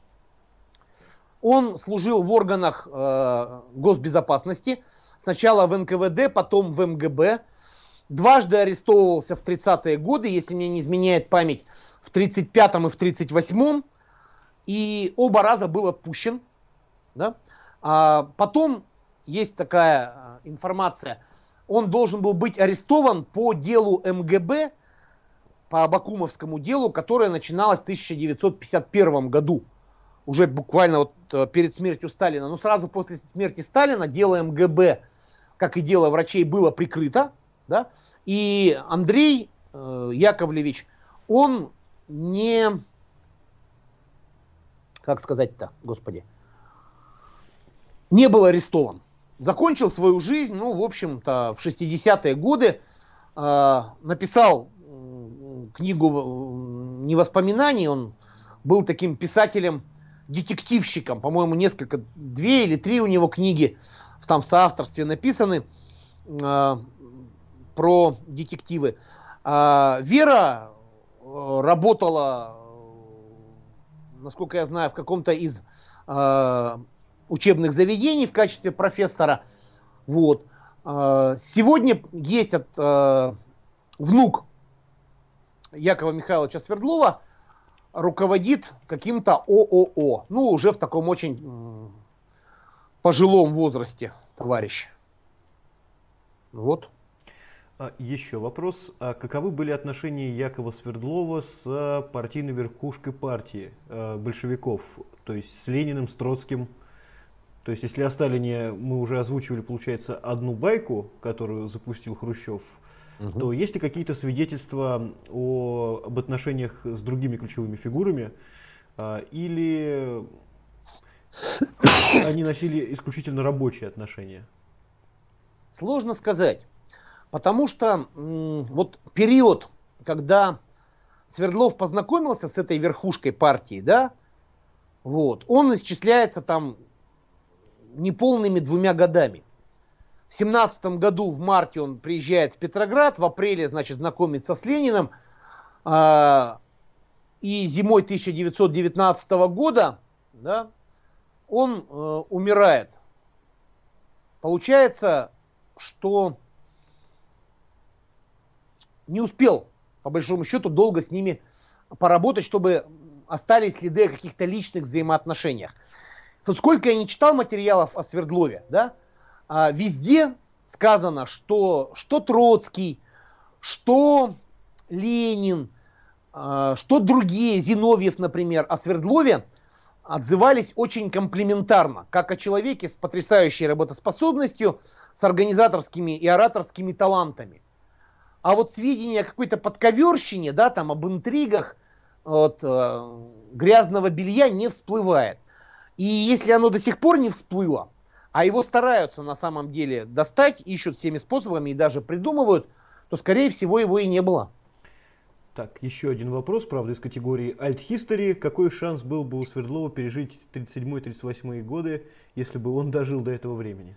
Он служил в органах э, госбезопасности. Сначала в эн ка вэ дэ, потом в эм гэ бэ. Дважды арестовывался в тридцатые годы, если мне не изменяет память, в тридцать пятом и в тридцать восьмом. И оба раза был отпущен. Да? А потом есть такая информация. Он должен был быть арестован по делу эм гэ бэ, по Абакумовскому делу, которое начиналось в тысяча девятьсот пятьдесят первом году. Уже буквально вот перед смертью Сталина. Но сразу после смерти Сталина дело эм гэ бэ, как и дело врачей, было прикрыто. Да? И Андрей э, Яковлевич, он не... Как сказать-то, господи? Не был арестован. Закончил свою жизнь, ну, в общем-то, в шестидесятые годы. Э, написал э, книгу не воспоминаний. Он был таким писателем-детективщиком. По-моему, несколько, две или три у него книги там в соавторстве написаны э, про детективы. Э, Вера работала, насколько я знаю, в каком-то из э, учебных заведений в качестве профессора. Вот. Э, сегодня есть от, э, внук Якова Михайловича Свердлова, руководит каким-то о о о. Ну, уже в таком очень э, пожилом возрасте, товарищ. Вот.
Еще вопрос. А каковы были отношения Якова Свердлова с партийной верхушкой партии э, большевиков? То есть с Лениным, с Троцким? То есть если о Сталине мы уже озвучивали, получается, одну байку, которую запустил Хрущев, угу. то есть ли какие-то свидетельства о, об отношениях с другими ключевыми фигурами? Э, или они носили исключительно рабочие отношения?
Сложно сказать. Потому что м, вот период, когда Свердлов познакомился с этой верхушкой партии, да, вот, он исчисляется там неполными двумя годами. В семнадцатом году в марте он приезжает в Петроград, в апреле, значит, знакомится с Лениным, э, и зимой тысяча девятьсот девятнадцатого года, да, он э, умирает. Получается, что не успел, по большому счету, долго с ними поработать, чтобы остались следы о каких-то личных взаимоотношениях. Вот сколько я не читал материалов о Свердлове, да, а, везде сказано, что, что Троцкий, что Ленин, а, что другие, Зиновьев, например, о Свердлове отзывались очень комплиментарно, как о человеке с потрясающей работоспособностью, с организаторскими и ораторскими талантами. А вот сведения о какой-то подковерщине, да, там, об интригах, вот, э, грязного белья не всплывает. И если оно до сих пор не всплыло, а его стараются на самом деле достать, ищут всеми способами и даже придумывают, то, скорее всего, его и не было.
Так, еще один вопрос, правда, из категории Alt History. Какой шанс был бы у Свердлова пережить тридцать седьмой — тридцать восьмой годы, если бы он дожил до этого времени?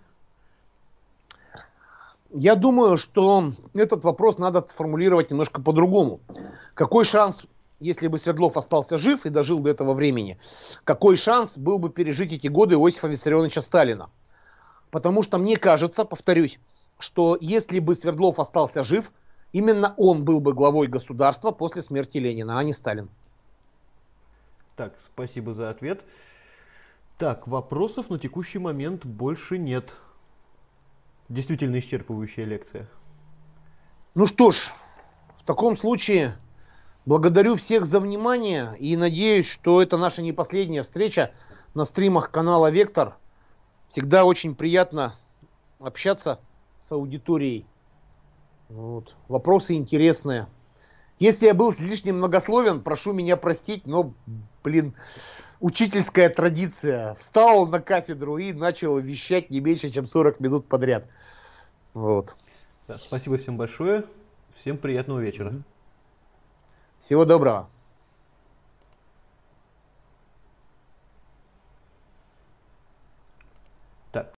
Я думаю, что этот вопрос надо сформулировать немножко по-другому. Какой шанс, если бы Свердлов остался жив и дожил до этого времени, какой шанс был бы пережить эти годы Иосифа Виссарионовича Сталина? Потому что мне кажется, повторюсь, что если бы Свердлов остался жив, именно он был бы главой государства после смерти Ленина, а не Сталин.
Так, спасибо за ответ. Так, вопросов на текущий момент больше нет. Действительно исчерпывающая лекция.
Ну что ж, в таком случае благодарю всех за внимание и надеюсь, что это наша не последняя встреча на стримах канала Вектор. Всегда очень приятно общаться с аудиторией. Вот. Вопросы интересные. Если я был излишне многословен, прошу меня простить, но, блин, учительская традиция. Встал на кафедру и начал вещать не меньше, чем сорок минут подряд. Вот.
Да, спасибо всем большое. Всем приятного вечера.
Всего доброго.